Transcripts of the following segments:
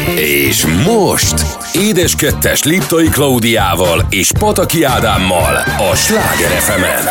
És most Édes Kettes Liptai Klaudiával és Pataki Ádámmal a Sláger FM-en.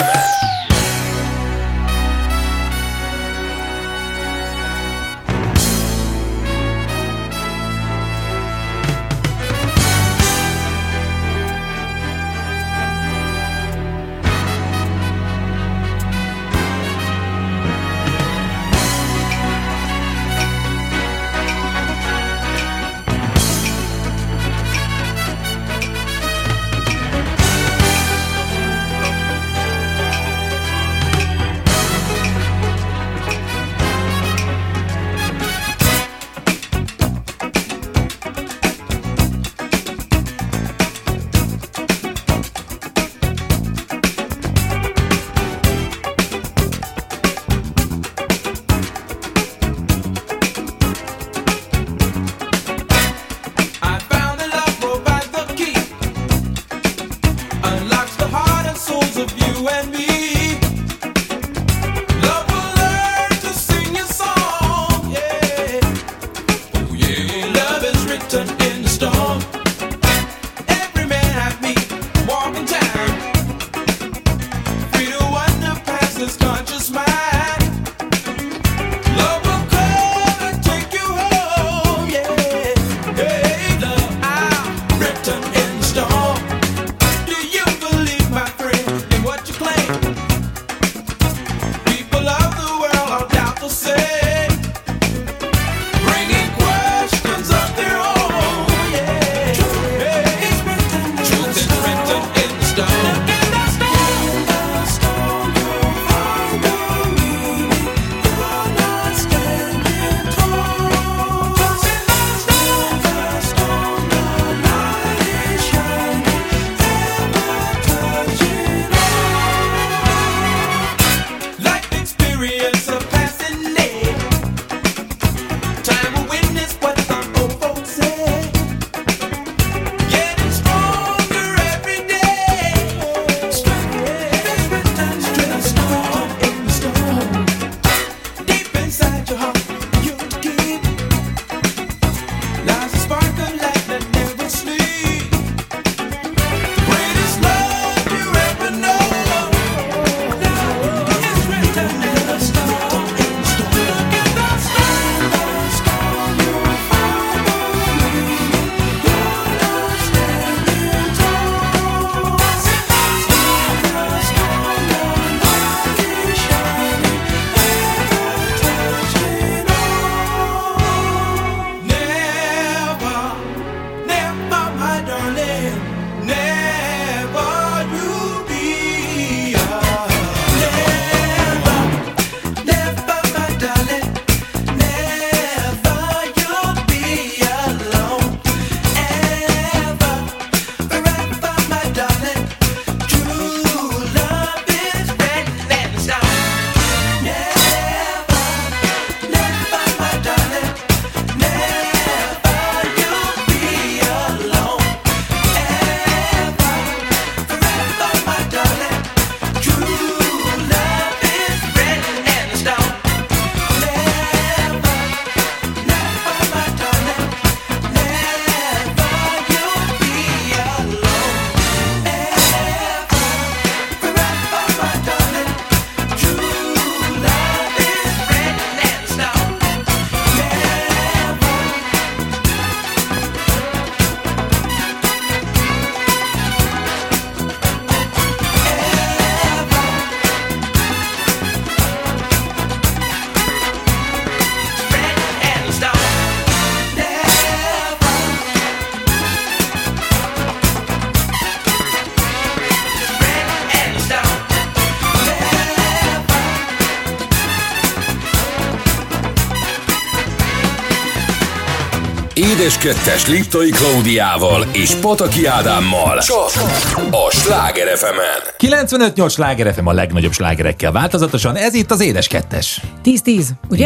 Édes Kettes Liptai Klaudiával és Pataki Ádámmal csak a Sláger FM-en. 95-8 Sláger FM a legnagyobb slágerekkel változatosan, ez itt az Édes Kettes. 10-10, ugye?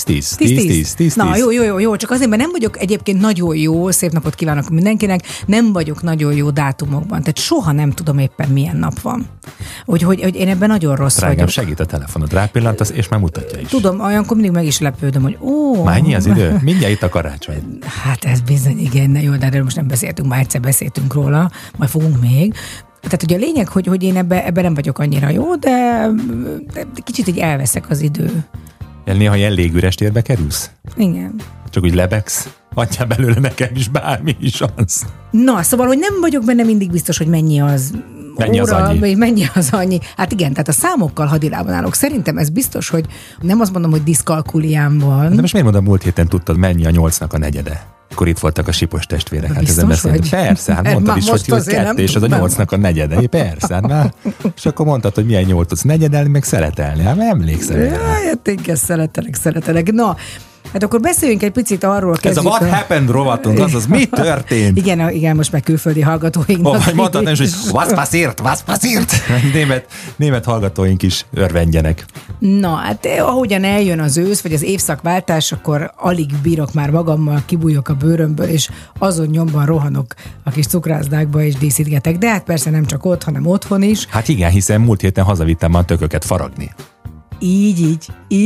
10-10. Na, jó, csak azért, mert nem vagyok egyébként nagyon jó, szép napot kívánok mindenkinek, nem vagyok nagyon jó dátumokban, tehát soha nem tudom éppen milyen nap van. Hogy én ebben nagyon rossz Drágám, vagyok. segít a telefonod, rápillantasz, és már mutatja is. Tudom, olyankor mindig meg is lepődöm, hogy Mennyi az idő? Mindjárt itt a karácsony. Hát ez bizony, igen, jó, de erről most nem beszéltünk, már egyszer beszéltünk róla, majd fogunk még. Tehát ugye a lényeg, hogy én ebben nem vagyok annyira jó, de kicsit így elveszek az idő. Néha ilyen légüres térbe kerülsz? Igen. Csak úgy lebegsz? Adjál belőle nekem is bármi is az. Na, szóval, hogy nem vagyok benne mindig biztos, hogy mennyi az mennyi az annyi. Hát igen, tehát a számokkal hadilában állok. Szerintem ez biztos, hogy nem azt mondom, hogy diszkalkuliám van. De most miért mondom, múlt héten tudtad, mennyi a 8-nak a negyede? Akkor itt voltak a Sipos testvérek. Hát biztos, ezen beszéltünk. Persze, hát mondtad is, hogy 2 és az a 8-nak a negyede. Persze, hát már. És akkor mondtad, hogy milyen 8 tudsz negyedelni, meg szeretelni. Hát emlékszem. Jaj, tényleg szeretelek. Na, hát akkor beszéljünk egy picit arról. Ez a What Happened rovatunk, azaz mi történt? Igen, most meg külföldi hallgatóinknak. Vagy mondhatnám is, hogy was passiert? Német hallgatóink is örvendjenek. Na, hát ahogyan eljön az ősz, vagy az évszakváltás, akkor alig bírok már magammal, kibújok a bőrömből, és azon nyomban rohanok a kis cukrászdákba, és díszítgetek. De hát persze nem csak ott, hanem otthon is. Hát igen, hiszen múlt héten hazavittem már tököket faragni. Így,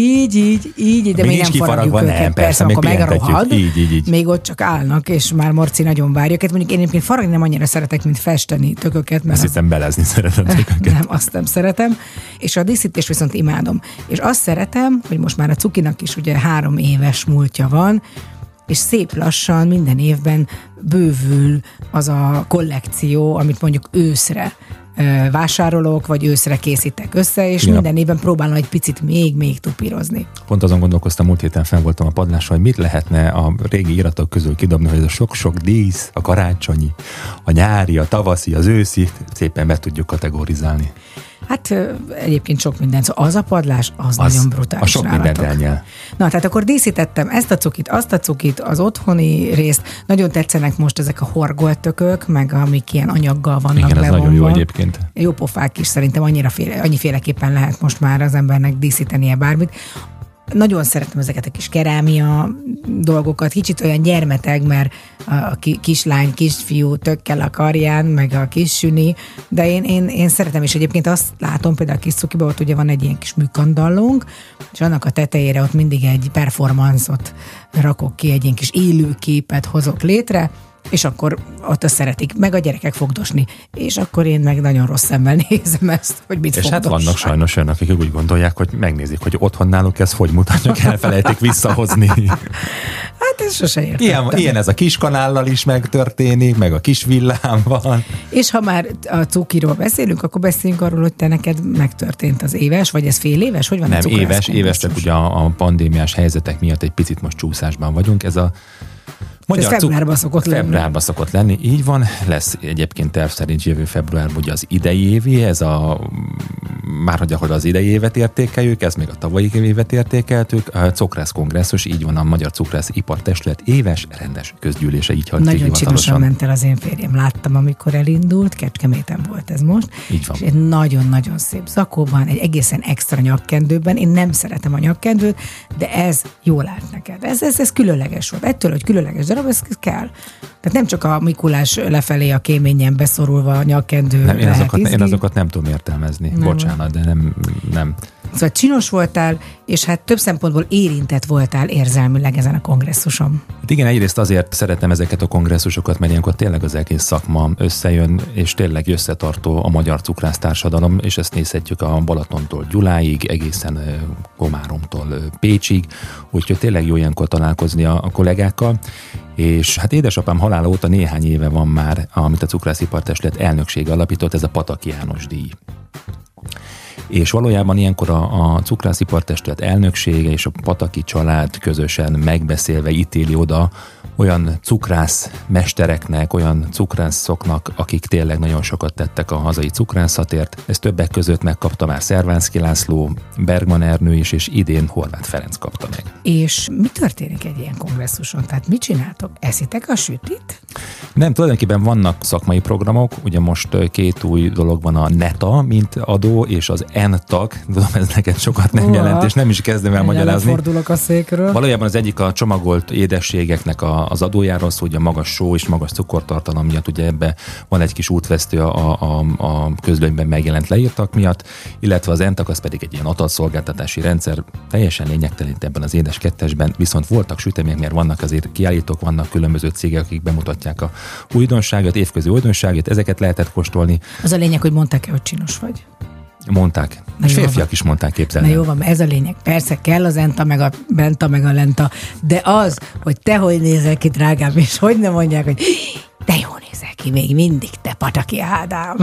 de még nem faragjuk őket. Nem, persze, akkor megrohad. Így. Még ott csak állnak, és már Marci nagyon várja őket. Mondjuk én egyébként faragni nem annyira szeretek, mint festeni tököket. Azt hiszem belezni szeretem tököket. Nem, azt nem szeretem. És a díszítést viszont imádom. És azt szeretem, hogy most már a cukinak is ugye 3 éves múltja van, és szép lassan minden évben bővül az a kollekció, amit mondjuk őszre vásárolok, vagy őszre készítek össze, és minden évben próbálom egy picit még tupírozni. Pont azon gondolkoztam, múlt héten fenn voltam a padláson, hogy mit lehetne a régi iratok közül kidobni, hogy ez a sok-sok dísz, a karácsonyi, a nyári, a tavaszi, az őszi, szépen be tudjuk kategorizálni. Hát egyébként sok minden. Szóval az a padlás, az nagyon brutális. A sok mindent elnyel. Na, tehát akkor díszítettem ezt a cukit, azt a cukit, az otthoni részt. Nagyon tetszenek most ezek a horgolt tökök, meg amik ilyen anyaggal vannak igen, bevonva. Igen, ez nagyon jó egyébként. Jó pofák is, szerintem annyiféleképpen lehet most már az embernek díszítenie bármit. Nagyon szeretem ezeket a kis kerámia dolgokat, kicsit olyan gyermeteg, mert a kislány, kisfiú tökkel a karján, meg a kis süni, de én szeretem, és egyébként azt látom, például a kis cukiban ott ugye van egy ilyen kis műkandallónk, és annak a tetejére ott mindig egy performance-ot rakok ki, egy ilyen kis élőképet hozok létre, és akkor ott azt szeretik, meg a gyerekek fogdosni, és akkor én meg nagyon rossz szemmel nézem ezt, hogy mit és fogdosnak. Hát vannak sajnos olyanok, akik úgy gondolják, hogy megnézik, hogy otthon náluk ez hogy mutatnak, elfelejtik visszahozni. Hát ez sose értettem. Ilyen ez a kis kanállal is megtörténik, meg a kis villámban. És ha már a cukiról beszélünk, akkor beszéljünk arról, hogy te neked megtörtént az éves, vagy ez fél éves? Hogy van nem, a éves, csak ugye a pandémiás helyzetek miatt egy picit most csúszásban vagyunk. Ez a februárban szokott lenni. Februárban szokott lenni, így van. Lesz egyébként terv szerint jövő februárban ugye az idei évi, ez már hogy ahol az idei évet értékeljük, ez még a tavalyi évet értékeltük, a Cukrász kongresszus, így van a Magyar Cukrász Ipartestület éves rendes közgyűlése, így halt nagyon csinosan ment el az én férjem, láttam, amikor elindult, Kecskeméten volt ez most. Így van. És egy nagyon-nagyon szép zakóban, egy egészen extra nyakkendőben, én nem szeretem a nyakkendőt, de ez jól állt neked. Ez különleges volt. Ettől, hogy különleges darab, ez kell. Tehát nem csak a Mikulás lefelé a kéményen beszorulva a nyakkendő. Nem, én azokat nem tudom értelmezni. Nem. Bocsánat, de nem. Szóval csinos voltál, és hát több szempontból érintett voltál érzelmileg ezen a kongresszuson. Hát igen, egyrészt azért szeretem ezeket a kongresszusokat, mert ilyenkor tényleg az egész szakma összejön, és tényleg összetartó a magyar cukrász társadalom, és ezt nézhetjük a Balatontól Gyuláig, egészen Komáromtól Pécsig, úgyhogy tényleg jó ilyenkor találkozni a kollégákkal. És hát édesapám halála óta néhány éve van már, amit a Cukrászipartestület elnöksége alapított, ez a Pataki János díj. És valójában ilyenkor a Cukrászipartestület elnöksége és a Pataki család közösen megbeszélve ítéli oda olyan cukrász mestereknek, olyan cukrászoknak, akik tényleg nagyon sokat tettek a hazai cukrászatért. Ez többek között megkapta már Szervánszky László, Bergman Ernő is, és idén Horváth Ferenc kapta meg. És mi történik egy ilyen kongresszuson? Tehát mit csináltok? Eszitek a sütit? Nem, tulajdonképpen vannak szakmai programok, ugye most két új dolog van, a NETA, mint adó, és az NTAG, tudom, ez neked sokat nem jelent, és nem is kezdem el magyarázni. Fordulok a székről. Valójában az egyik a csomagolt édességeknek az adójáról szól, ugye a magas só és magas cukortartalom miatt, ugye ebbe van egy kis útvesztő a közlönyben megjelent leírtak miatt, illetve az NTAG az pedig egy ilyen adatszolgáltatási rendszer, teljesen lényegtelen ebben az édes kettesben, viszont voltak sütemények, mert vannak azért kiállítók, vannak különböző cégek, akik bemutatják a újdonságot, évközi újdonságot, ezeket lehetett kóstolni. Az a lényeg, hogy mondták-e, hogy csinos vagy? Mondták. És férfiak is mondták, képzelni. Na jó van, ez a lényeg. Persze kell az enta, meg a benta, meg a lenta, de az, hogy te hogy nézel ki, drágám, és hogy nem mondják, hogy de jól nézel ki, még mindig te, Pataki Ádám.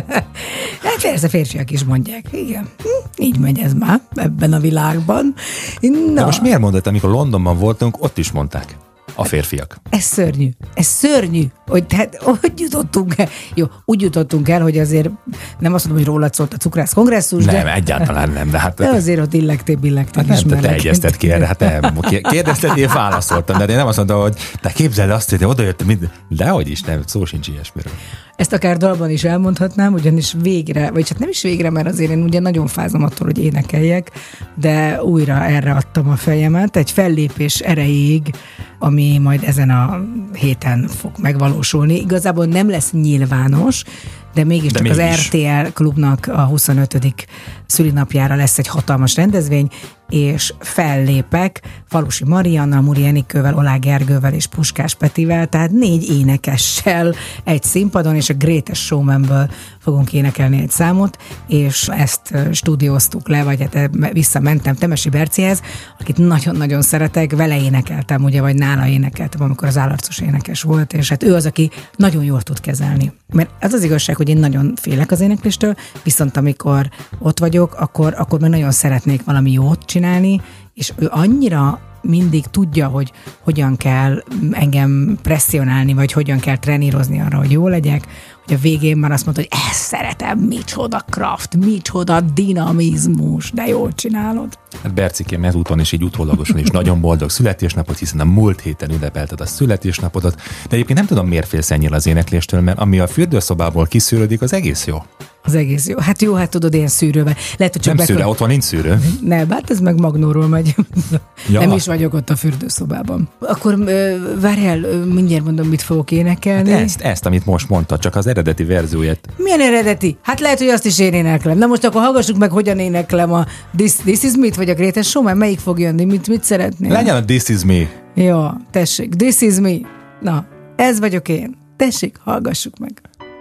Hát persze férfiak is mondják. Igen, így megy ez már ebben a világban. Na. De most miért mondod, amikor Londonban voltunk, ott is mondták a férfiak? Ez szörnyű, hogy jutottunk el. Jó, úgy jutottunk el, hogy azért nem azt mondom, hogy rólad szólt a cukrász kongresszus, nem, egyáltalán nem. De azért ott illegtél is mellett. Te egyezted ki erre, kérdezted, én válaszoltam, de én nem azt mondtam, hogy te képzeld azt, hogy odajöttem, dehogy is, nem, szó sincs ilyesmiről. Ezt akár dalban is elmondhatnám, ugyanis végre, vagy hát nem is végre, mert azért én ugye nagyon fázom attól, hogy énekeljek, de újra erre adtam a fejemet, egy fellépés erejéig, ami majd ezen a héten fog megvalósulni. Igazából nem lesz nyilvános, de mégiscsak az RTL klubnak a 25. szülinapjára lesz egy hatalmas rendezvény, és fellépek Falusi Mariannal, Muri Enikővel, Olá Gergővel és Puskás Petivel, tehát 4 énekessel egy színpadon, és a Greatest Showmanből fogunk énekelni egy számot, és ezt stúdióztuk le, vagy hát visszamentem Temesi Bercihez, akit nagyon-nagyon szeretek, vele énekeltem, ugye, vagy nála énekeltem, amikor az állarcos énekes volt, és hát ő az, aki nagyon jól tud kezelni. Mert az az igazság, hogy én nagyon félek az énekléstől, viszont amikor ott vagyok, akkor meg nagyon szeretnék valami jót csinálni, és ő annyira mindig tudja, hogy hogyan kell engem presszionálni, vagy hogyan kell trenírozni arra, hogy jó legyek, hogy a végén már azt mondta, hogy ezt szeretem, micsoda kraft, micsoda dinamizmus, de jól csinálod. Hát Bercikém, ezúton is így utólagosan is nagyon boldog születésnapot, hiszen a múlt héten ünnepelted a születésnapodat, de egyébként nem tudom, miért félsz ennyire az énekléstől, mert ami a fürdőszobából kiszűrődik, az egész jó. Az egész jó. Hát jó, hát tudod, ilyen szűrővel. Lehet, hogy csak nem szűrő, ott van, nincs szűrő. Nem, hát ez meg Magnóról megy. Ja. Nem is vagyok ott a fürdőszobában. Akkor várjál, mindjárt mondom, mit fogok énekelni. Hát ezt, amit most mondtad, csak az eredeti verzióját. Milyen eredeti? Hát lehet, hogy azt is én éneklem. Na most akkor hallgassuk meg, hogyan éneklem a This is me, vagy a Greatest Showman. Melyik fog jönni? Mit szeretnél? Legyen a This is me. Jó, tessék. This is me. Na, ez vagyok én. Tessék, hallgassuk meg.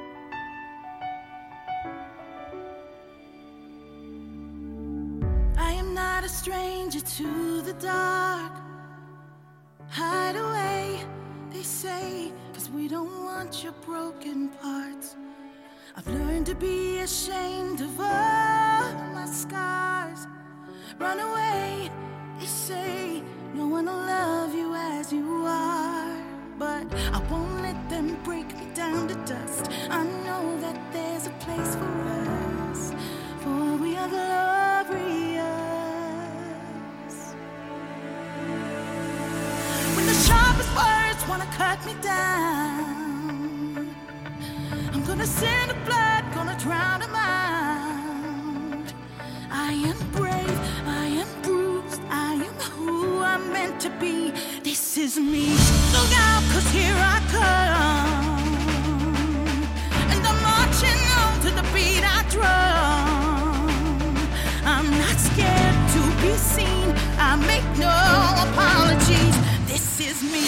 Stranger to the dark, hide away, they say, 'cause we don't want your broken parts. I've learned to be ashamed of all my scars. Run away, they say, no one will love you as you are. But I won't let them break me down to dust. I know that there's a place for us, for we are glorious. When the sharpest words wanna cut me down, I'm gonna send the blood, gonna drown them out. I am brave, I am bruised, I am who I'm meant to be. This is me. Look out, 'cause here I come, and I'm marching on to the beat I drum. I'm not scared to be seen, I make no apologies. This is me.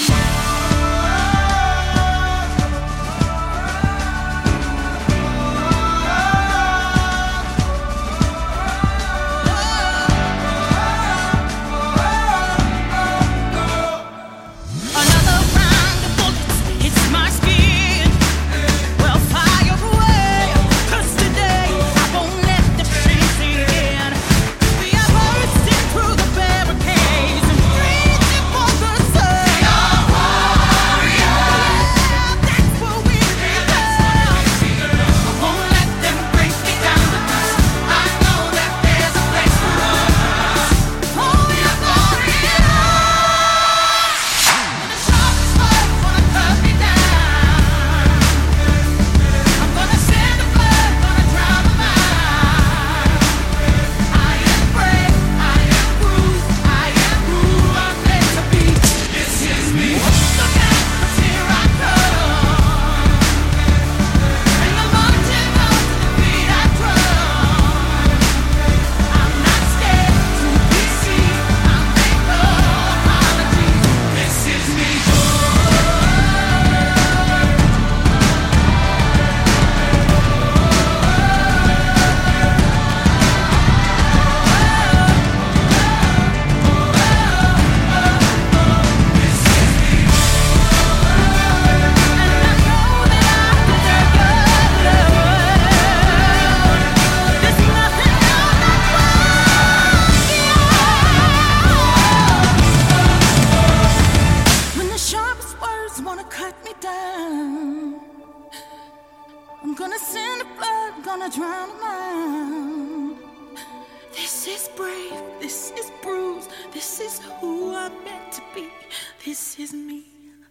Through the barricades and wanna cut me down. I'm gonna send the blood, gonna drown a mind. This is brave, this is bruised, this is who I'm meant to be, this is me.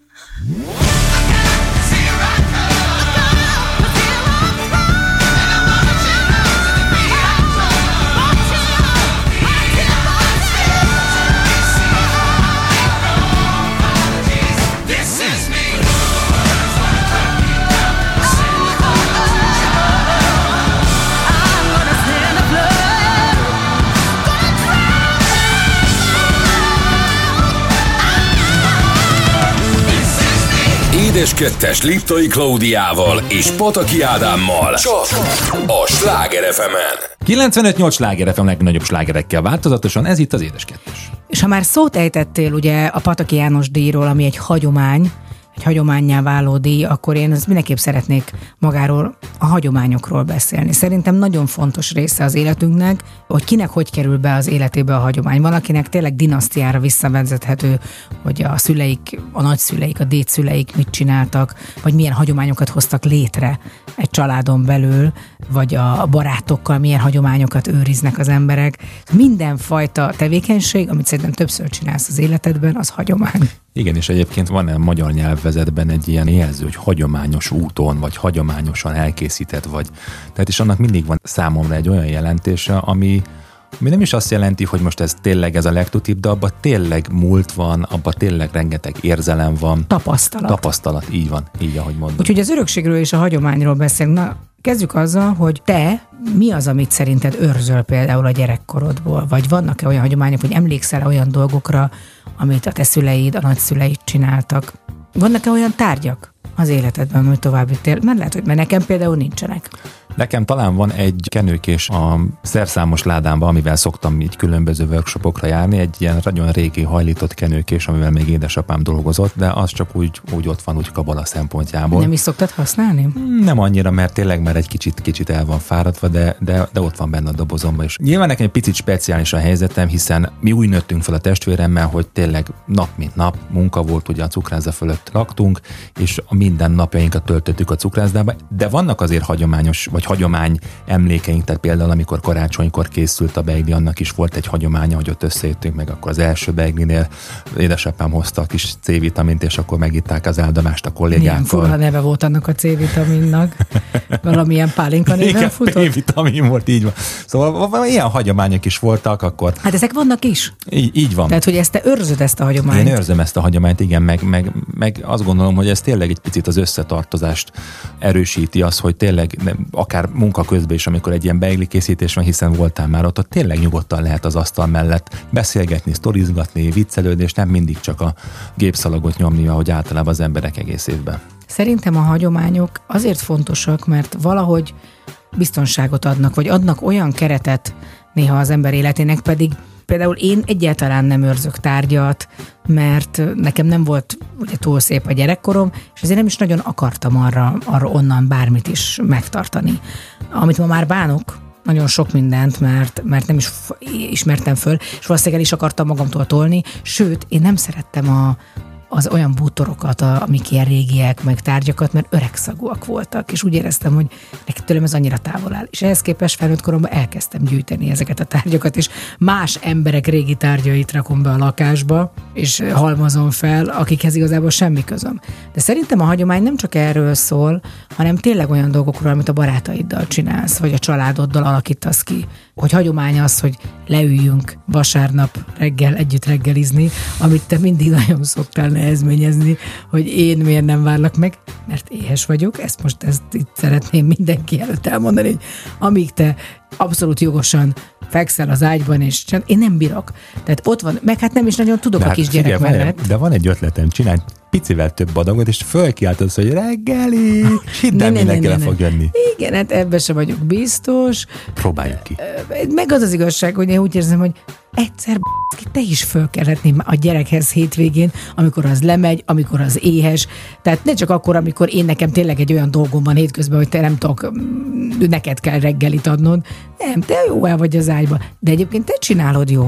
Édes Kettes Liptai Klaudiával és Pataki Ádámmal csak a Sláger FM-en. 95-8 Sláger FM legnagyobb slágerekkel változatosan, ez itt az Édes Kettes. És ha már szót ejtettél ugye a Pataki János díjról, ami egy hagyomány, egy hagyománnyá váló díj, akkor én mindenképp szeretnék magáról, a hagyományokról beszélni. Szerintem nagyon fontos része az életünknek, hogy kinek hogy kerül be az életébe a hagyomány. Van, akinek tényleg dinasztiára visszavezethető, hogy a szüleik, a nagyszüleik, a dédszüleik mit csináltak, vagy milyen hagyományokat hoztak létre egy családon belül, vagy a barátokkal milyen hagyományokat őriznek az emberek. Mindenfajta tevékenység, amit szerintem többször csinálsz az életedben, az hagyomány. Igen, és egyébként van-e magyar nyelvvezetben egy ilyen jelző, hogy hagyományos úton, vagy hagyományosan elkészített, vagy... Tehát is annak mindig van számomra egy olyan jelentése, ami nem is azt jelenti, hogy most ez tényleg ez a legtutibb, de abban tényleg múlt van, abban tényleg rengeteg érzelem van. Tapasztalat, így van, így ahogy mondom. Úgyhogy az örökségről és a hagyományról beszélünk. Na, kezdjük azzal, hogy te mi az, amit szerinted őrzöl például a gyerekkorodból? Vagy vannak-e olyan hagyományok, hogy emlékszel olyan dolgokra, amit a te szüleid, a nagyszüleid csináltak? Vannak-e olyan tárgyak az életedben, amit továbbítél? Mert lehet, hogy nekem például nincsenek. Nekem talán van egy kenőkés a szerszámos ládámban, amivel szoktam így különböző workshopokra járni, egy ilyen nagyon régi hajlított kenőkés, amivel még édesapám dolgozott, de az csak úgy ott van, úgy kabala szempontjából. Nem is szoktad használni? Nem annyira, mert tényleg már egy kicsit el van fáradva, de ott van benne a dobozomban is. Nyilván nekem egy picit speciális a helyzetem, hiszen mi úgy nőttünk fel a testvéremmel, hogy tényleg nap mint nap munka volt, ugye a cukrászda fölött laktunk, és a minden napjainkat töltöttük a cukrászdába, de vannak azért hagyományos vagy hagyomány emlékeink, tehát például amikor karácsonykor készült a beigli, annak is volt egy hagyománya, hogy ott összejöttünk meg, akkor az első beiglinél édesapám hozta a kis C-vitamint, és akkor megitták az áldomást a kollégákkal. Milyen fura neve volt annak a C-vitaminnak. Valamilyen pálinka néven futott. C-vitamin volt, így van. Szóval ilyen hagyományok is voltak akkor. Hát ezek vannak is. Így van. Tehát, hogy ezt te őrzöd ezt a hagyományt. Én őrzöm ezt a hagyományt, igen, meg azt gondolom, hogy ez tényleg egy picit az összetartozást erősíti, az, hogy tényleg akár munka közben is, amikor egy ilyen beigli készítés van, hiszen voltál már ott tényleg nyugodtan lehet az asztal mellett beszélgetni, sztorizgatni, viccelődni, és nem mindig csak a gépszalagot nyomni, ahogy általában az emberek egész évben. Szerintem a hagyományok azért fontosak, mert valahogy biztonságot adnak, vagy adnak olyan keretet néha az ember életének, pedig például én egyáltalán nem őrzök tárgyat, mert nekem nem volt ugye túl szép a gyerekkorom, és ezért nem is nagyon akartam arra onnan bármit is megtartani. Amit ma már bánok, nagyon sok mindent, mert nem is ismertem föl, és valószínűleg el is akartam magamtól tolni, sőt, én nem szerettem az olyan bútorokat, amik ilyen régiek, meg tárgyakat, mert öregszagúak voltak, és úgy éreztem, hogy nekem tőlem ez annyira távol áll. És ehhez képest felnőtt koromban elkezdtem gyűjteni ezeket a tárgyakat, és más emberek régi tárgyait rakom be a lakásba, és halmozom fel, akikhez igazából semmi közöm. De szerintem a hagyomány nem csak erről szól, hanem tényleg olyan dolgokról, amit a barátaiddal csinálsz, vagy a családoddal alakítasz ki. Hogy hagyomány az, hogy leüljünk vasárnap reggel együtt reggelizni, amit te mindig nagyon szoktál nehezményezni, hogy én miért nem várlak meg, mert éhes vagyok. Ezt itt szeretném mindenki előtt elmondani, hogy amíg te abszolút jogosan fekszel az ágyban, és én nem bírok. Tehát ott van, meg hát nem is nagyon tudok a kisgyerek mellett. De van egy ötletem, csinálj picivel több adagot, és fölkiáltod, hogy reggeli, és hidd el, mindenki le fog jönni. Igen, hát ebben sem vagyok biztos. Próbáljuk ki. Meg az igazság, hogy én úgy érzem, hogy egyszer te is fölkelhetni a gyerekhez hétvégén, amikor az lemegy, amikor az éhes. Tehát ne csak akkor, amikor én nekem tényleg egy olyan dolgom van hétközben, hogy te nem tudok, neked kell reggelit adnod. Nem, te jó el vagy az ágyba. De egyébként te csinálod jól.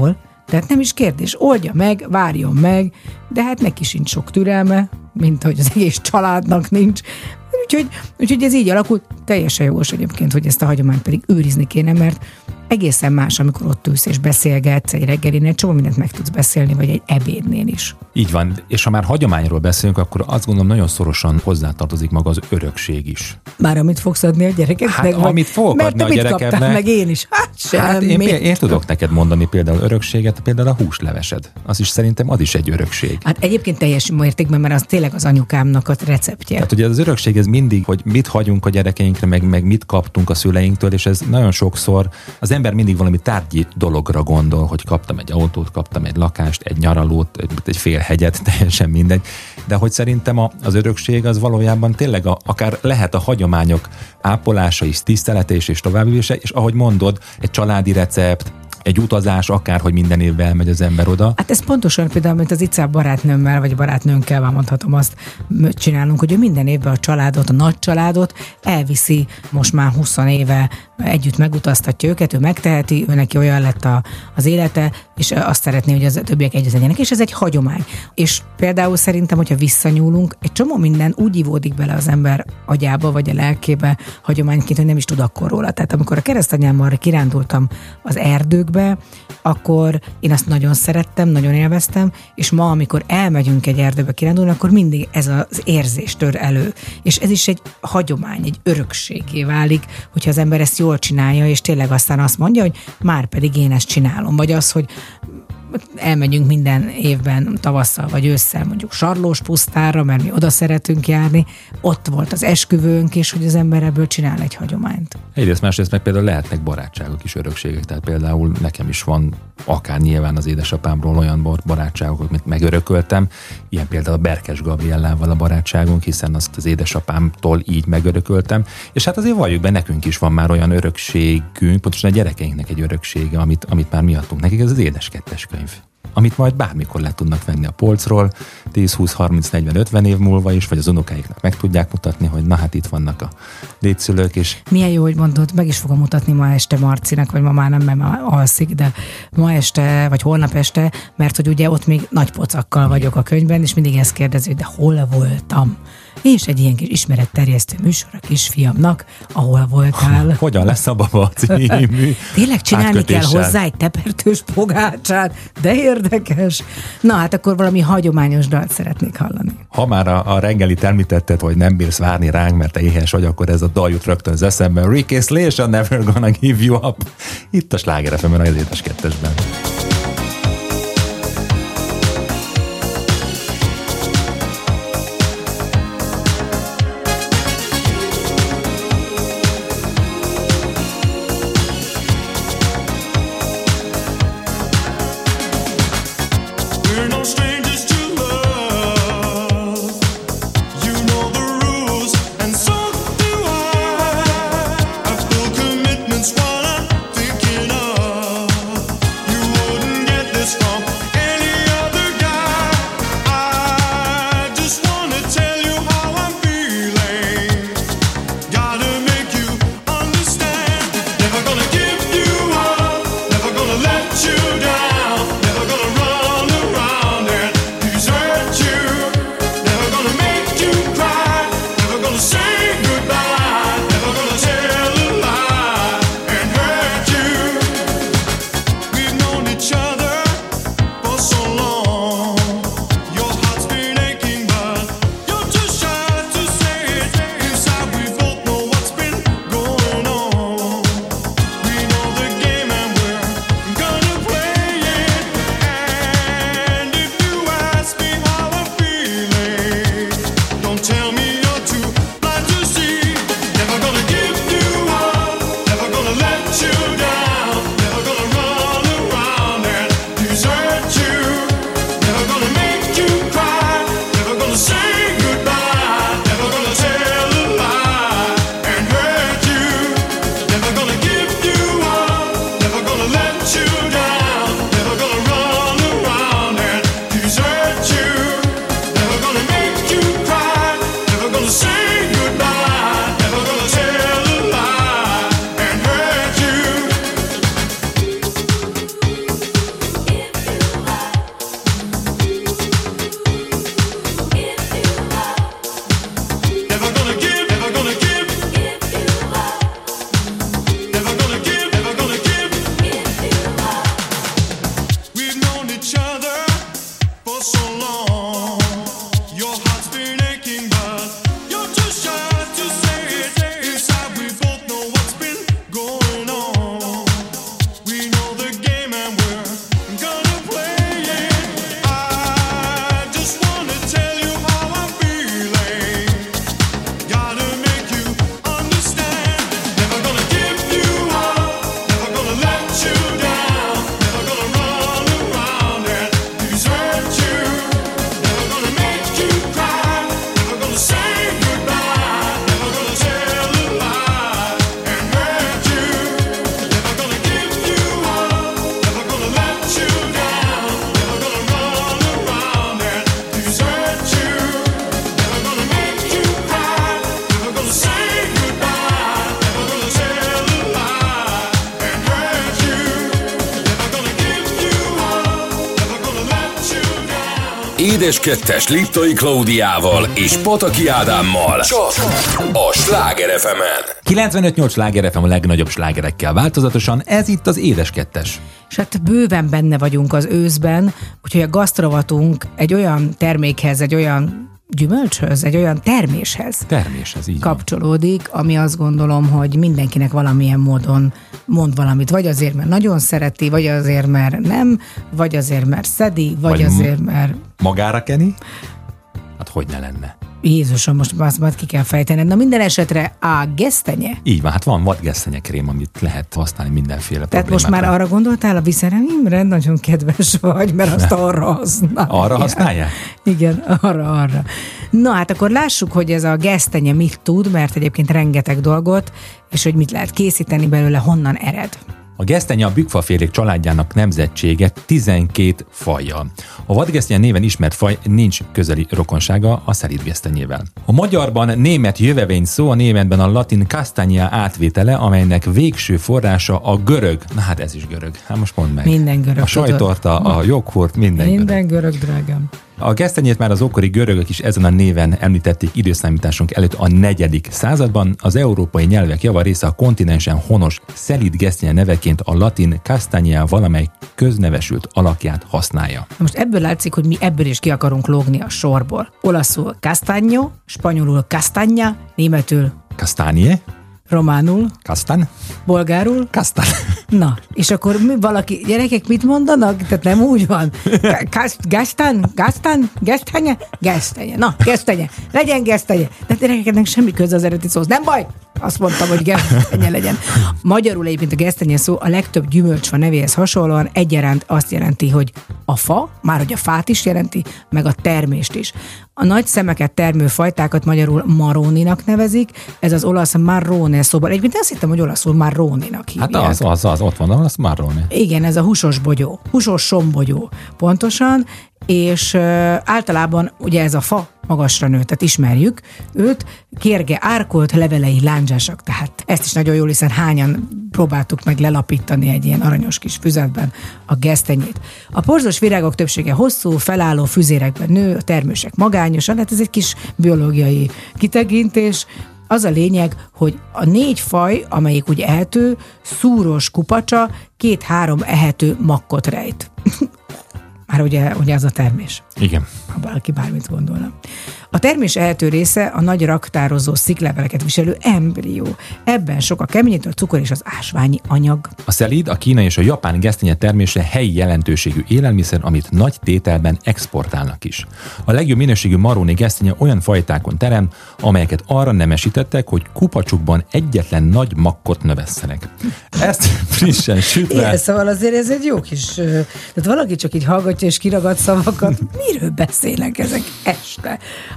Tehát nem is kérdés, oldja meg, várjon meg, de hát neki sincs sok türelme, mint hogy az egész családnak nincs. Úgyhogy ez így alakult, teljesen jogos egyébként, hogy ezt a hagyományt pedig őrizni kéne, mert egészen más, amikor ott ülsz és beszélgetsz egy reggelin, egy csomó mindent meg tudsz beszélni, vagy egy ebédnél is. Így van, és ha már hagyományról beszélünk, akkor azt gondolom nagyon szorosan hozzátartozik maga az örökség is. Már amit fogsz adni a gyerekeknek? Hát amit fogok adni a gyerekeknek. Mert meg én is. Hát én tudok neked mondani például örökséget, például a húslevesed. Az is szerintem az is egy örökség. Hát egyébként teljes mértékben, mert az tényleg az anyukámnak a receptje. Tehát ugye az örökség ez mindig, hogy mit hagyunk a gyerekeinkre, meg mit kaptunk a szüleinktől, és ez nagyon sokszor az ember mindig valami tárgyi dologra gondol, hogy kaptam egy autót, kaptam egy lakást, egy nyaralót, egy fél hegyet, teljesen mindegy. De hogy szerintem az örökség az valójában tényleg akár lehet a hagyományok ápolása is, tisztelete és továbbvivése, és ahogy mondod, egy családi recept, egy utazás, akárhogy minden évben elmegy az ember oda. Hát ez pontosan például, mint az ICA barátnőmmel, vagy barátnőnkkel, már mondhatom azt, csinálunk, hogy ő minden évben a családot, a nagy családot elviszi, most már 20 éve együtt megutaztatja őket, ő megteheti, ő neki olyan lett az élete, és azt szeretné, hogy az többiek együtt legyenek, és ez egy hagyomány. És például szerintem, hogyha visszanyúlunk, egy csomó minden úgy ivódik bele az ember agyába, vagy a lelkébe hagyományként, hogy nem is tud akkor róla. Tehát amikor a keresztanyámmal kirándultam az erdőkbe, akkor én azt nagyon szerettem, nagyon élveztem, és ma, amikor elmegyünk egy erdőbe kirándulni, akkor mindig ez az érzés tör elő. És ez is egy hagyomány, egy örökségé válik, hogyha az ember ezt jól csinálja, és tényleg aztán azt mondja, hogy már pedig én ezt csinálom. Vagy az, hogy elmegyünk minden évben tavasszal vagy ősszel mondjuk Sarlós pusztára, mert mi oda szeretünk járni, ott volt az esküvőnk, és hogy az ember ebből csinál egy hagyományt. Egyrészt, másrészt meg például lehetnek barátságok is, örökségek, tehát például nekem is van akár nyilván az édesapámról olyan barátságok, amit megörököltem, ilyen például a Berkes Gabriellával a barátságunk, hiszen azt az édesapámtól így megörököltem, és hát azért valljuk be, nekünk is van már olyan örökségünk, pontosan a gyerekeinknek egy öröksége, amit már mi adtunk nekik, ez az édeskettes könyv, amit majd bármikor le tudnak venni a polcról, 10, 20, 30, 40, 50 év múlva is, vagy az unokáiknak meg tudják mutatni, hogy na hát itt vannak a létszülők is. Milyen jó, hogy mondod, meg is fogom mutatni ma este Marcinak, vagy ma már nem, mert ma alszik, de ma este, vagy holnap este, mert hogy ugye ott még nagy pocakkal vagyok a könyvben, és mindig ezt kérdezi, hogy de hol voltam? És egy ilyen kis ismeretterjesztő műsor a kisfiamnak, ahol voltál. Hogyan lesz a baba című tényleg csinálni kell hozzá egy tepertős pogácsát, de érdekes. Na hát akkor valami hagyományos dalt szeretnék hallani. Ha már a reggelit említetted, hogy nem bírsz várni ránk, mert te éhes vagy, akkor ez a dal jut rögtön az eszembe. Ricky Slasher, Never Gonna Give You Up. Itt a Sláger FM-en, az édes kettesben. Commitments while I'm thinking of you. Édes Kettes Liptai Klaudiával és Pataki Ádámmal csak a Sláger FM-en. 95-8 Sláger FM a legnagyobb slágerekkel változatosan, ez itt az Édes Kettes. És hát bőven benne vagyunk az őszben, úgyhogy a gasztrovatunk egy olyan termékhez, egy olyan gyümölcshöz, egy olyan terméshez így kapcsolódik, ami azt gondolom, hogy mindenkinek valamilyen módon mond valamit. Vagy azért, mert nagyon szereti, vagy azért, mert nem, vagy azért, mert szedi, vagy azért, mert... Magára keni? Hát hogy ne lenne? Jézusom, most azt ki kell fejtened. Na minden esetre a gesztenye. Így van, hát van gesztenyekrém, amit lehet használni mindenféle tehát problémára. most már arra gondoltál a Viszeren Imre? Nagyon kedves vagy, mert azt arra használják. Arra használják? Igen, arra. Na hát akkor lássuk, hogy ez a gesztenye mit tud, mert egyébként rengeteg dolgot, és hogy mit lehet készíteni belőle, honnan ered. A gesztenye a bükkfafélék családjának nemzetsége 12 fajjal. A vadgesztenye néven ismert faj nincs közeli rokonsága a szelídgesztenyével. A magyarban német jövevény szó, a németben a latin castagna átvétele, amelynek végső forrása a görög. Na hát ez is görög. Hát most mondd meg. Minden görög. A sajtorta, a joghurt, minden görög, drágám. A gesztenyét már az ókori görögök is ezen a néven említették időszámításunk előtt a 4. században. Az európai nyelvek javarésze a kontinensen honos szelíd gesztenye neveként a latin castagna valamely köznevesült alakját használja. Most ebből látszik, hogy mi ebből is ki akarunk lógni a sorból. Olaszul castaño, spanyolul castagna, németül Castagne, románul Kastan, bolgárul Kastan. Na, és akkor valaki, gyerekek mit mondanak? Tehát nem úgy van. Gesztenye. Na, gesztenye. Legyen gesztenye. De gyerekeknek semmi köze az eredeti szóhoz. Nem baj! Azt mondtam, hogy gesztenye legyen. Magyarul egyébként a gesztenye szó a legtöbb gyümölcsfa nevéhez hasonlóan egyaránt azt jelenti, hogy a fa, már hogy a fát is jelenti, meg a termést is. A nagy szemeket termő fajtákat magyarul marróninak nevezik, ez az olasz marrone szóval. Egyébként azt hittem, hogy olaszul marróninak hívják. Hát az ott van, az marrone. Igen, ez a húsos bogyó, húsos sombogyó pontosan, és általában ugye ez a fa magasra nő, tehát ismerjük őt, kérge árkolt, levelei lándzsásak, tehát ezt is nagyon jól, hiszen hányan próbáltuk meg lelapítani egy ilyen aranyos kis füzetben a gesztenyét. A porzós virágok többsége hosszú, felálló füzérekben nő, a termősek magányosan, hát ez egy kis biológiai kitekintés. Az a lényeg, hogy a 4 faj, amelyik úgy ehető, szúros kupacsa 2-3 ehető makkot rejt. Már ugye az a termés. Igen. Ha valaki bármit gondolna. A termés ehető része a nagy raktározó sziklaveleket viselő embrió. Ebben sok a keményítő, a cukor és az ásványi anyag. A szelíd, a kínai és a japán gesztenye termése helyi jelentőségű élelmiszer, amit nagy tételben exportálnak is. A legjobb minőségű marróni gesztenye olyan fajtákon terem, amelyeket arra nemesítettek, hogy kupacsukban egyetlen nagy makkot növesszenek. Ezt frissen sütve... Igen, szóval azért ez egy jó kis... Tehát valaki csak így hallgatja és kiragad szavakat. Miről beszélnek ezek este?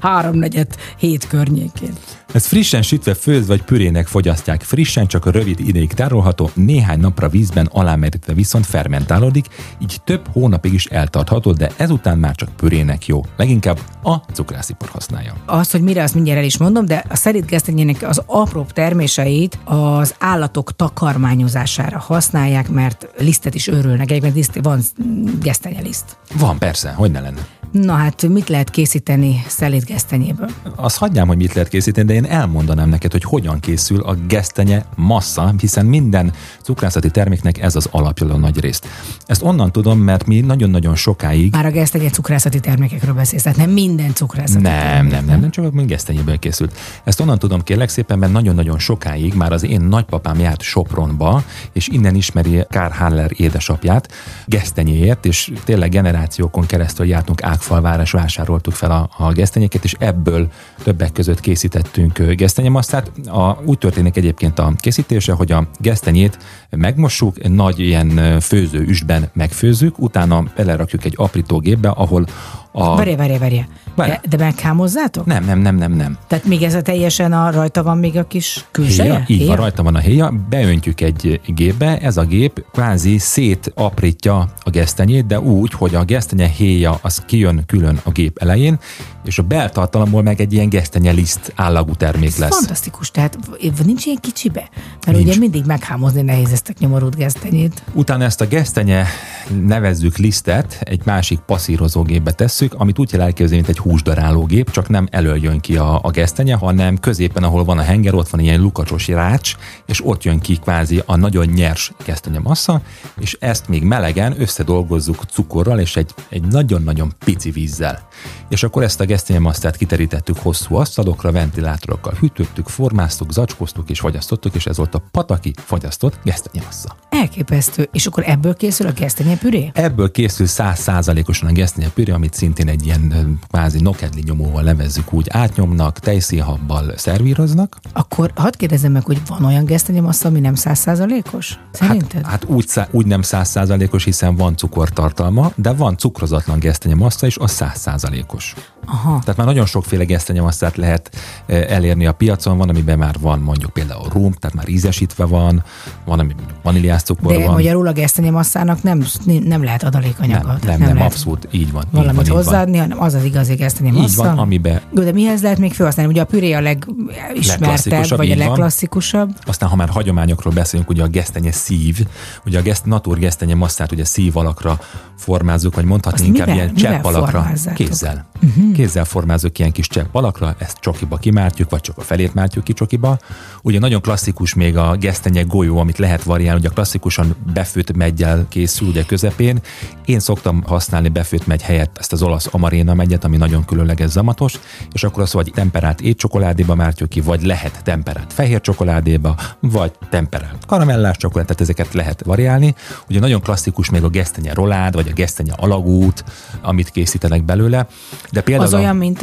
3-4-7 környékén. Ez frissen sütve, főzve vagy pürének fogyasztják. Frissen, csak rövid ideig tárolható, néhány napra vízben alámerítve viszont fermentálódik, így több hónapig is eltartható, de ezután már csak pürének jó. Leginkább a cukrászipar használja. Azt, hogy mire, azt mindjárt el is mondom, de a szelíd gesztenyének az apróbb terméseit az állatok takarmányozására használják, mert lisztet is őrülnek. Egyébként van gesztenyeliszt. Van, persze, hogy ne lenne. Na hát, mit lehet készíteni szelíd gesztenyéből? Azt hagyjám, hogy mit lehet készíteni, de én elmondanám neked, hogy hogyan készül a gesztenye massza, hiszen minden cukrászati terméknek ez az alapja a nagy részt. Ezt onnan tudom, mert mi nagyon-nagyon sokáig... Már a gesztenye cukrászati termékekről beszélsz, tehát nem minden cukrászati Nem, csak a gesztenyéből készült. Ezt onnan tudom, kérlek szépen, mert nagyon-nagyon sokáig már az én nagypapám járt Sopronba, és innen ismeri Karl Haller édesapját gesztenyéért, és tényleg generációkon keresztül jártunk Ágfalvára, és vásároltuk fel a gesztenyéket, és ebből többek között készítettünk gesztenyemasszát. Úgy történik egyébként a készítése, hogy a gesztenyét megmossuk, nagy ilyen főző üstben megfőzzük, utána belerakjuk egy aprítógépbe, ahol Várja. De meghámozzátok? Nem. Tehát még ez a teljesen rajta van még a kis külseje? Így van, rajta van a héja, beöntjük egy gépbe, ez a gép kvázi szétaprítja a gesztenyét, de úgy, hogy a gesztenye héja az kijön külön a gép elején, és a beltartalomból meg egy ilyen gesztenyeliszt állagú termék lesz. Fantasztikus, tehát nincs ilyen kicsibe? Mert Nincs. ugye mindig meghámozni nehéz ezt a nyomorult gesztenyét. Utána ezt a gesztenye nevezzük lisztet, egy másik passzírozógépbe tesszük, tesszük, amit úgy kell elképzelni, mint egy húsdarálógép, csak nem elől jön ki a gesztenye, hanem középen, ahol van a henger, ott van ilyen lukacsos rács, és ott jön ki kvázi a nagyon nyers gesztenye massza, és ezt még melegen összedolgozzuk cukorral és egy nagyon-nagyon pici vízzel. És akkor ezt a gesztenyemasszát kiterítettük hosszú asztalokra, ventilátorokkal hűtöttük, formáztuk, zacskóztuk és fagyasztottuk, és ez volt a pataki fagyasztott gesztenyemassa. Elképesztő. És akkor ebből készül a gesztenyepüré? Ebből készül 100%-osan a gesztenyepüré, amit szintén egy ilyen kvázi nokedli nyomóval nevezzük, úgy átnyomnak, tejszínhabbal szervíroznak. Akkor hadd kérdezzem meg, hogy van olyan gesztenyemassa, ami nem 100%-os? Szerinted? Hát úgy nem 100%-os, hiszen van cukortartalma, de van cukrozatlan gesztenyemassa is, az 100%-os. Aha. Tehát már nagyon sokféle gesztenyemasszát lehet elérni a piacon, van, amiben már van mondjuk például rum, tehát már ízesítve van, ami vaníliás cukor de van. De magyarul a gesztenyemasszának nem lehet adalékanyaga. Nem, abszolút, így van. Valamit hozzáadni, hanem az az igazi gesztenyemassa. Így van, amiben... De mihez lehet még felhasználni? Ugye a püré a legismertebb, vagy a legklasszikusabb. Aztán, ha már hagyományokról beszélünk, ugye a gesztenye szív, ugye a natur gesztenye masszát ugye szív alakra formázzuk, vagy mondhatni azt inkább ilyen csepp alakra. Kézzel. Kézzel formázzuk ilyen kis csepp alakra, ezt csokiba kimártjuk, vagy csak a felét mártjuk ki csokiba. Ugye nagyon klasszikus még a gesztenye golyó, amit lehet variálni, ugye klasszikusan befőtt meggyel készül, ugye közepén. Én szoktam használni befőtt megy helyett ezt az olasz amaréna megyet, ami nagyon különleges zamatos, és akkor az vagy temperált étcsokoládéba mártjuk ki, vagy lehet temperált fehér csokoládéba, vagy temperált karamellás csokolád, tehát ezeket lehet variálni. Ugye nagyon klasszikus még a gesztenye rolád, vagy a gesztenye alagút, amit készítenek belőle. De például az olyan, mint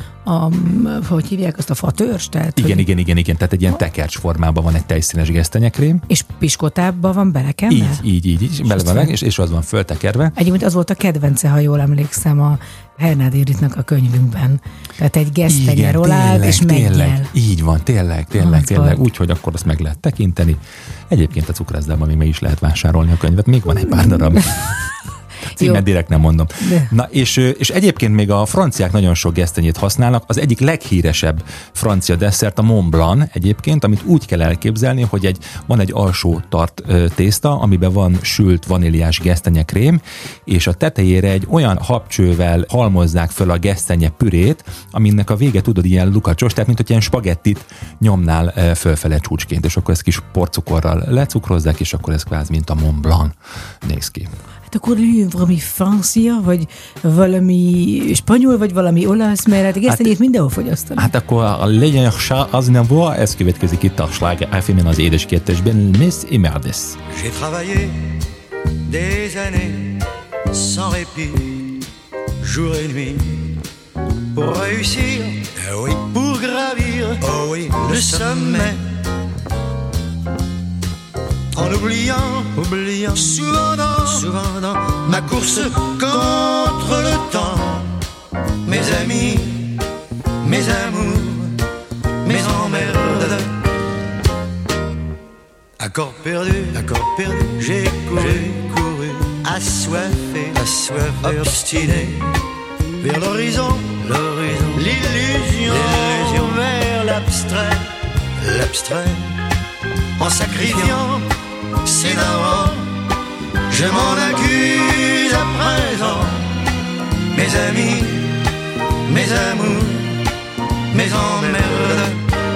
hogy hívják azt, a fatörs? Tehát, igen. Tehát egy ilyen tekercs formában van egy tejszínes gesztenyekrém. És piskotába van belekenve? Így. Bele van meg, és az van föltekerve. Egyébként az volt a kedvence, ha jól emlékszem, a Hernád Édithnek a könyvünkben. Tehát egy gesztenye rolád, és meggyel. Így van, tényleg. Úgyhogy akkor azt meg lehet tekinteni. Egyébként a cukrászdában még meg is lehet vásárolni a könyvet. Még van egy pár darab. Címet direkt nem mondom. De. Na, és egyébként még a franciák nagyon sok gesztenyét használnak. Az egyik leghíresebb francia desszert a Mont Blanc egyébként, amit úgy kell elképzelni, hogy van egy alsó tart tészta, amiben van sült vaníliás gesztenyekrém, és a tetejére egy olyan habcsővel halmozzák föl a gesztenye pürét, aminek a vége tudod ilyen lukacsos, tehát mint hogy ilyen spagettit nyomnál fölfele csúcsként, és akkor ezt kis porcukorral lecukrozzák, és akkor ez kvázi mint a Mont Blanc néz ki. Hát akkor lőjön valami francia, vagy valami spanyol, vagy valami olasz, mert hát a gesztenyét mindenhol fogyasztanak. Hát akkor a legyen az nem volt, ez következik itt a Sláger FM-en az Édes Kettesben, Miss Imerdes. J'ai travaillé des années sans répit, jour et nuit, pour réussir, pour gravir, le sommet. En oubliant souvent dans ma course contre le temps, mes amis, mes amours, mes emmerdes. Accord perdu, j'ai couru, assoiffé, obstiné, vers l'horizon, l'illusion, vers l'abstrait, en sacrifiant. C'est navrant, je m'en accuse à présent. Mes amis, mes amours, mes emmerdes.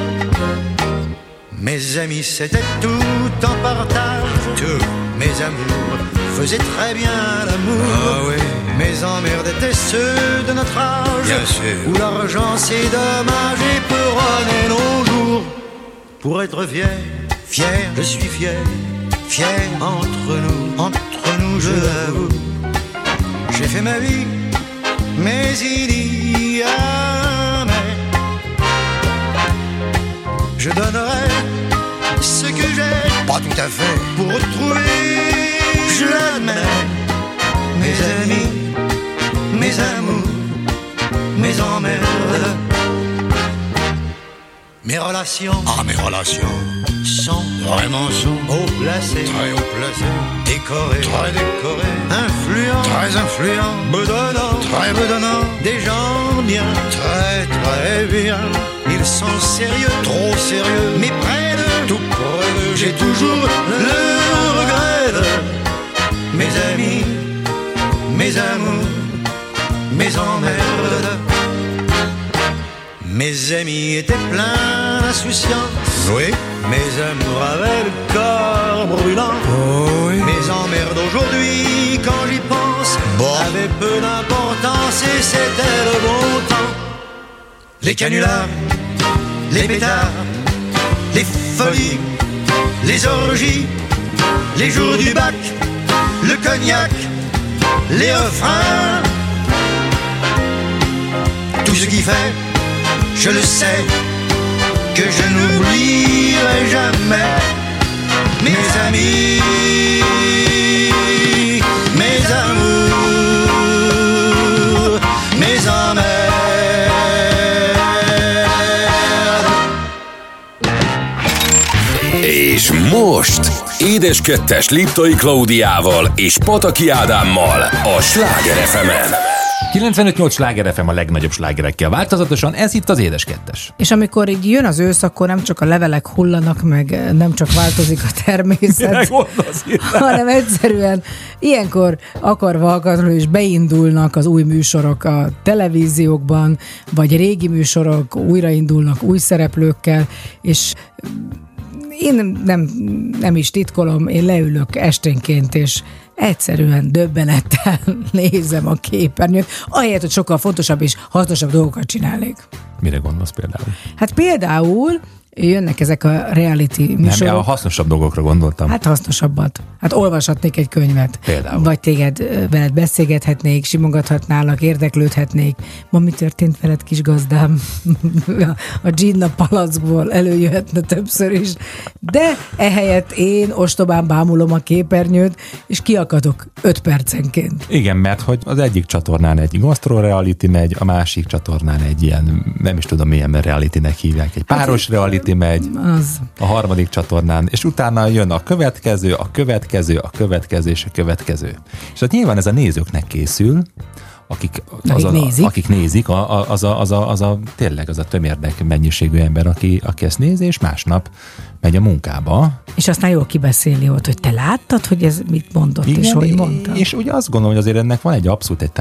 Mes amis, c'était tout en partage. Tout. Mes amours faisaient très bien l'amour. Oui. Mes emmerdes étaient ceux de notre âge. Bien sûr. Où l'argent c'est dommage et peuronnait nos jours. Pour être fier, je suis fier. Fier entre nous, je l'avoue. J'ai fait ma vie, mais il y a mais. Je donnerai ce que j'ai, pas tout à fait, pour retrouver, je l'admets, mes amis, mes amours, mes emmerdes. Mes relations sont vraiment haut placées, très haut placées, décorées, très décorées, influents, très influents, bedonnants, très bedonnants, des gens bien, très très bien. Ils sont sérieux, trop sérieux, mais près de tout près d'eux, j'ai toujours le regret de mes amis, mes amours, mes emmerdes. Mes amis étaient pleins d'insouciance. Oui. Mes amours avaient le corps brûlant. Oh oui. Mes emmerdes aujourd'hui, quand j'y pense, avaient peu d'importance et c'était le bon temps. Les canulars, les pétards, les folies, les orgies, les jours du bac, le cognac, les refrains. Tout ce qui fait, je le sais, que je n'oublierai jamais mes amis, mes amours, mes emmerdes. És most Édes Kettes Liptai Klaudiával és Pataki Ádámmal a Sláger FM-en. 95.8 Sláger FM a legnagyobb slágerekkel változatosan, ez itt az Édes Kettes. És amikor így jön az ősz, akkor nem csak a levelek hullanak, meg nem csak változik a természet, hanem egyszerűen ilyenkor akarva és beindulnak az új műsorok a televíziókban, vagy régi műsorok újraindulnak új szereplőkkel, és én nem is titkolom, én leülök esténként, és egyszerűen döbbenettel nézem a képernyőt, ahelyett, hogy sokkal fontosabb és hasznosabb dolgokat csinálnék. Mire gondolsz például? Hát például jönnek ezek a reality műsorok. Nem, a hasznosabb dolgokra gondoltam. Hát hasznosabbat. Hát olvashatnék egy könyvet. Például. Vagy veled beszélgethetnék, simogathatnálak, érdeklődhetnék. Ma mi történt veled, kis gazdám? A Ginna palackból előjöhetne többször is. De ehelyett én ostobán bámulom a képernyőt, és kiakadok 5 percenként. Igen, mert hogy az egyik csatornán egy gastro reality megy, a másik csatornán egy ilyen, nem is tudom milyen realitynek hívják, egy páros reality megy, az. A harmadik csatornán, és utána jön a következő, a következő, a következő és a következő. És hát nyilván ez a nézőknek készül, akik nézik, tényleg az a tömérdek mennyiségű ember, aki ezt nézi, és másnap megy a munkába. És aztán jól kibeszéli ott, hogy te láttad, hogy ez mit mondott, igen, és hogy mondta. És ugye azt gondolom, hogy azért ennek van egy abszolút egy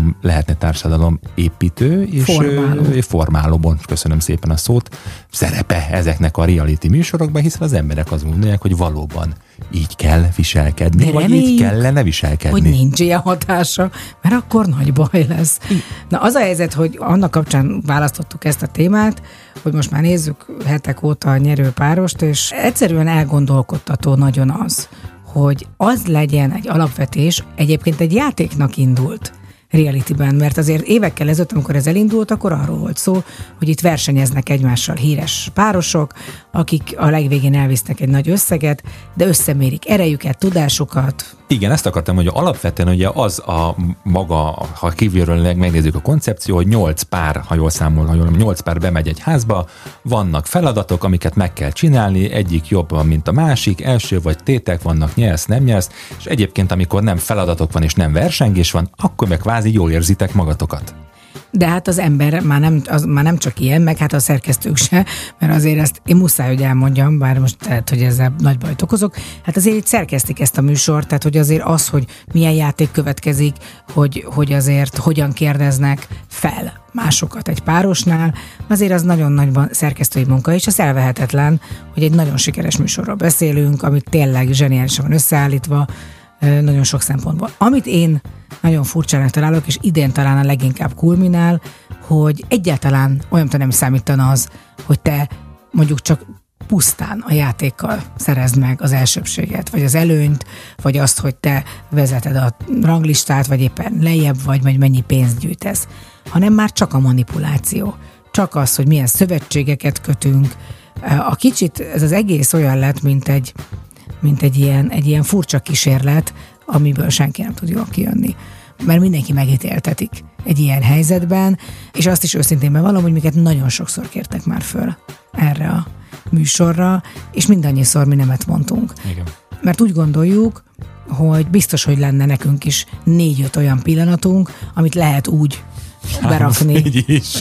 társadalom építő, és formálóban, köszönöm szépen a szót, szerepe ezeknek a reality műsorokban, hiszen az emberek azt gondolják, hogy valóban így kell viselkedni, de vagy így kellene viselkedni. Hogy nincs ilyen hatása, mert akkor nagy baj lesz. Na az a helyzet, hogy annak kapcsán választottuk ezt a témát, hogy most már nézzük hetek óta a nyerő párost, és egyszerűen elgondolkodtató nagyon az, hogy az legyen egy alapvetés, egyébként egy játéknak indult realityben, mert azért évekkel ezelőtt, amikor ez elindult, akkor arról volt szó, hogy itt versenyeznek egymással híres párosok, akik a legvégén elvisznek egy nagy összeget, de összemérik erejüket, tudásukat. Igen, ezt akartam, hogy alapvetően ugye az a maga, ha kívülről megnézzük a koncepció, hogy 8 pár, ha jól számolom, 8 pár bemegy egy házba, vannak feladatok, amiket meg kell csinálni, egyik jobb, mint a másik, első vagy tétek vannak, nyersz, nem nyersz, és egyébként amikor nem feladatok van és nem versengés van, akkor meg kvázi jól érzitek magatokat. De hát az ember már nem csak ilyen, meg hát a szerkesztők se, mert azért ezt én muszáj, hogy elmondjam, bár most lehet, hogy ezzel nagy bajt okozok, hát azért itt szerkesztik ezt a műsort, tehát hogy azért az, hogy milyen játék következik, hogy azért hogyan kérdeznek fel másokat egy párosnál, azért az nagyon nagyban szerkesztői munka, és az elvehetetlen, hogy egy nagyon sikeres műsorról beszélünk, amit tényleg zseniálisan van összeállítva, nagyon sok szempontból. Amit én nagyon furcsának találok, és idén talán a leginkább kulminál, hogy egyáltalán olyan nem számítana az, hogy te mondjuk csak pusztán a játékkal szerezd meg az elsőbséget, vagy az előnyt, vagy azt, hogy te vezeted a ranglistát, vagy éppen lejjebb vagy mennyi pénzt gyűjtesz, hanem már csak a manipuláció. Csak az, hogy milyen szövetségeket kötünk. A kicsit ez az egész olyan lett, mint egy ilyen furcsa kísérlet, amiből senki nem tud jól kijönni. Mert mindenki megítéltetik egy ilyen helyzetben, és azt is őszintén bevallom, hogy minket nagyon sokszor kértek már föl erre a műsorra, és mindannyiszor mi nemet mondtunk. Igen. Mert úgy gondoljuk, hogy biztos, hogy lenne nekünk is 4-5 olyan pillanatunk, amit lehet úgy berakni. Így is.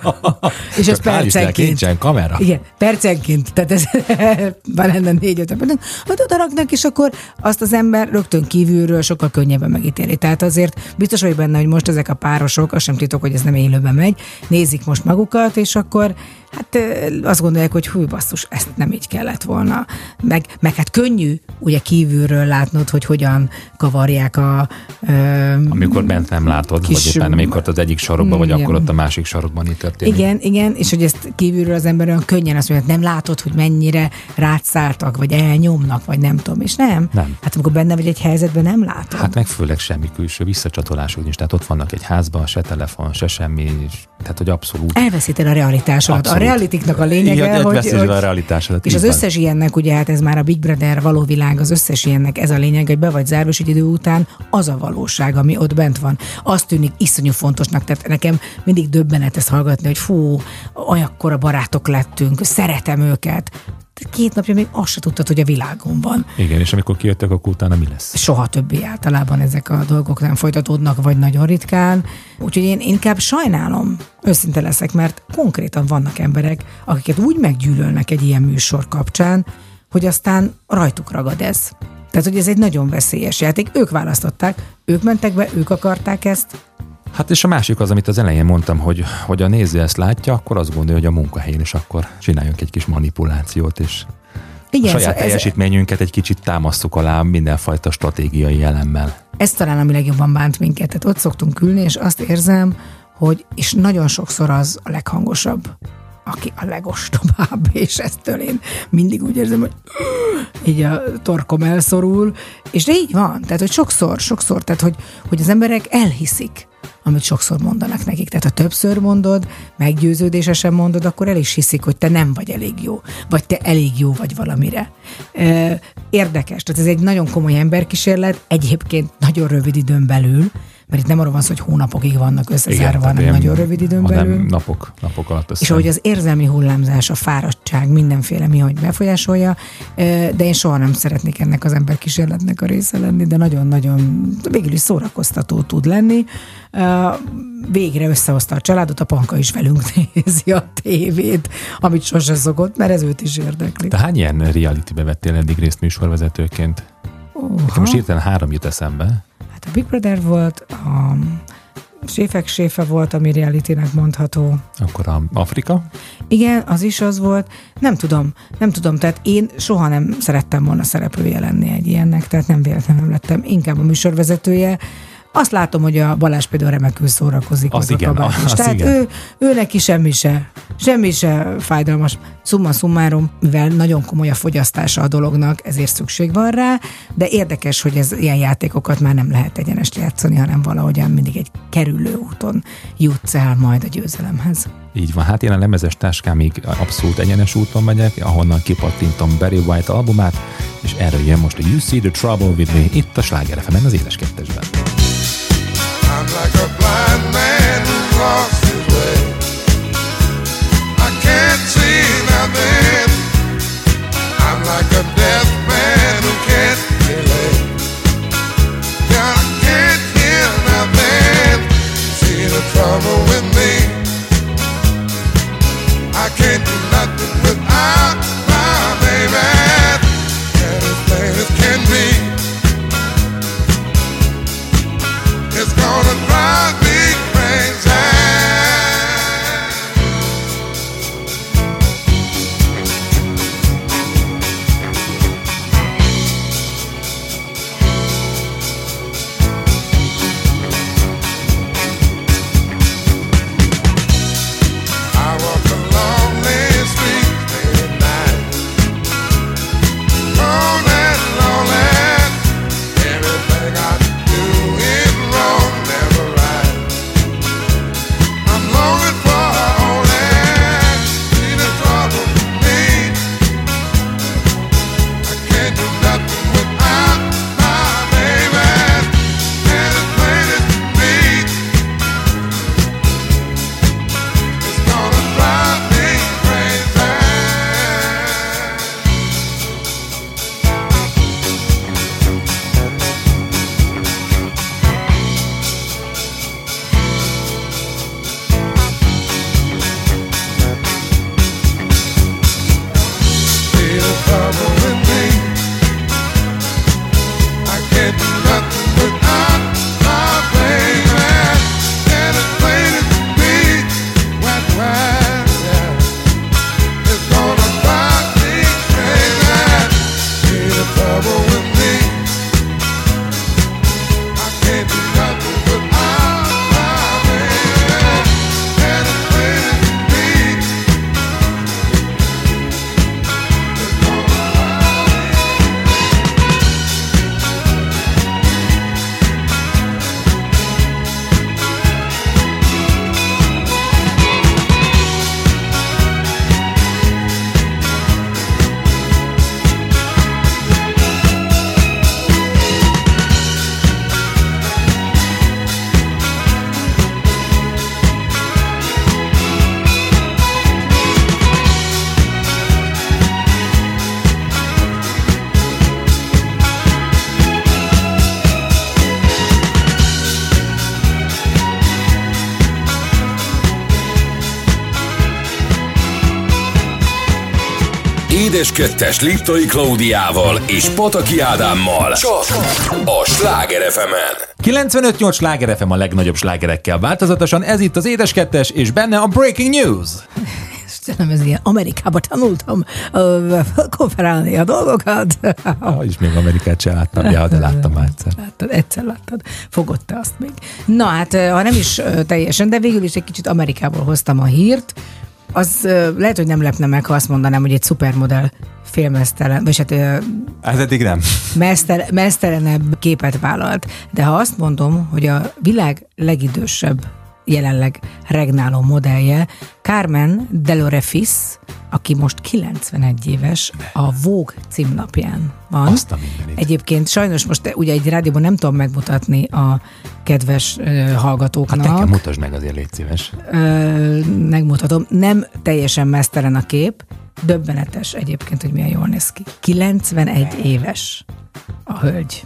És ez percenként. Nincsen kamera. Igen, percenként. Tehát ez már lenne 4-5 percen. Majd oda raknak, és akkor azt az ember rögtön kívülről sokkal könnyebben megítéli. Tehát azért biztos vagy benne, hogy most ezek a párosok, azt sem titok, hogy ez nem élőben megy, nézik most magukat, és akkor hát azt gondolják, hogy hú, basszus, ezt nem így kellett volna. Meg hát könnyű ugye kívülről látnod, hogy hogyan kavarják amikor bent nem látod, vagy éppen amikor az egyik sarokban, vagy akkor ott a másik sarokban itt történik. Igen, és hogy ezt kívülről az ember olyan könnyen azt mondja, nem látod, hogy mennyire rátszáltak, vagy elnyomnak, vagy nem tudom, és nem. Hát amikor benne vagy egy helyzetben, nem látod. Hát meg főleg semmi külső visszacsatolásuk nincs. Tehát ott vannak egy házban, se telefon, se semmi, tehát hogy abszolút. Elveszíted a realitásodat. A realitiknak a lényege, hogy a realitásodat. És az összes ilyennek, ugye hát ez már a Big Brother való világ, az összes ilyennek ez a lényeg, hogy be vagy zárva, és egy idő után az a valóság, ami ott bent van. Az tűnik iszonyú fontosnak, tehát nekem mindig döbbenet hallgatni, hogy fú, olyakkora barátok lettünk, szeretem őket. 2 napja még azt se tudtad, hogy a világon van. Igen, és amikor kijöttek, akkor utána mi lesz? Soha többé általában ezek a dolgok nem folytatódnak, vagy nagyon ritkán. Úgyhogy én inkább sajnálom, őszinte leszek, mert konkrétan vannak emberek, akiket úgy meggyűlölnek egy ilyen műsor kapcsán, hogy aztán rajtuk ragad ez. Tehát, hogy ez egy nagyon veszélyes játék. Ők választották, ők mentek be, ők akarták ezt. Hát és a másik az, amit az elején mondtam, hogy a néző ezt látja, akkor azt gondolja, hogy a munkahelyén is akkor csináljunk egy kis manipulációt, és igen, a saját teljesítményünket egy kicsit támasztjuk alá mindenfajta stratégiai elemmel. Ez talán ami legjobban bánt minket. Tehát ott szoktunk ülni, és azt érzem, hogy, és nagyon sokszor az a leghangosabb, aki a legostobább, és eztől én mindig úgy érzem, hogy így a torkom elszorul, és de így van, tehát hogy sokszor, tehát hogy az emberek elhiszik, amit sokszor mondanak nekik. Tehát ha többször mondod, meggyőződésesen mondod, akkor el is hiszik, hogy te nem vagy elég jó, vagy te elég jó vagy valamire. Érdekes, tehát ez egy nagyon komoly emberkísérlet, egyébként nagyon rövid időn belül, mert itt nem arról van szó, hogy hónapokig vannak összezárva, hanem nagyon rövid időn belül. Napok alatt össze. És ahogy az érzelmi hullámzás, a fáradtság, mindenféle mi, hogy befolyásolja, de én soha nem szeretnék ennek az emberkísérletnek a része lenni, de nagyon-nagyon végül is szórakoztató tud lenni. Végre összehozta a családot, a Panka is velünk nézi a tévét, amit sose szokott, mert ez őt is érdekli. Te hány ilyen reality-be vettél eddig részt műsorvezetőként? Most hirtelen 3 jut eszembe. Hát a Big Brother volt, a Séfek séfe volt, ami realitynek mondható. Akkor a Afrika? Igen, az is az volt. Nem tudom, tehát én soha nem szerettem volna szereplője lenni egy ilyennek, tehát nem véletlenül lettem, inkább a műsorvezetője. Azt látom, hogy a Balázs például remekül szórakozik. Az igen, az tehát igen. Ő neki semmi se fájdalmas. Summa summarum, mivel nagyon komoly a fogyasztása a dolognak, ezért szükség van rá, de érdekes, hogy ez ilyen játékokat már nem lehet egyenest játszani, hanem valahogyan mindig egy kerülő úton jutsz el majd a győzelemhez. Így van, hát én a lemezes táskámig abszolút egyenes úton megyek, ahonnan kipattintom Barry White albumát, és erről jön most a You See the Trouble with Me, itt a Sláger FM-en, az Éles Kettesben. I'm like a blind man who's lost his way. I can't see nothing. I'm like a deaf man who can't relate. God, I can't hear nothing. See the trouble with me. I can't do nothing without my baby. And as plain as can be, it's gonna drive me crazy. Édes Kettes Liptai Klaudiával és Pataki Ádámmal csak a Sláger FM-en. 95-8 Sláger FM a legnagyobb slágerekkel változatosan, ez itt az Édes Kettes, és benne a Breaking News. Istenem, ez ilyen Amerikába tanultam konferálni a dolgokat. És még Amerikát se láttam, de láttam már egyszer. Egyszer láttad. Fogod te azt még. Na hát, ha nem is teljesen, de végül is egy kicsit Amerikából hoztam a hírt. Az lehet, hogy nem lepne meg, ha azt mondanám, hogy egy szupermodell félmeztelen, vagy hát eddig nem. meztelenebb képet vállalt. De ha azt mondom, hogy a világ legidősebb jelenleg regnáló modellje, Carmen Delorefis, aki most 91 éves, a Vogue címlapján van. Egyébként sajnos most ugye egy rádióban nem tudom megmutatni a kedves hallgatóknak. Hát nekem mutasd meg, azért légy szíves. Megmutatom. Nem teljesen meztelen a kép, döbbenetes egyébként, hogy milyen jól néz ki. 91 éves a hölgy.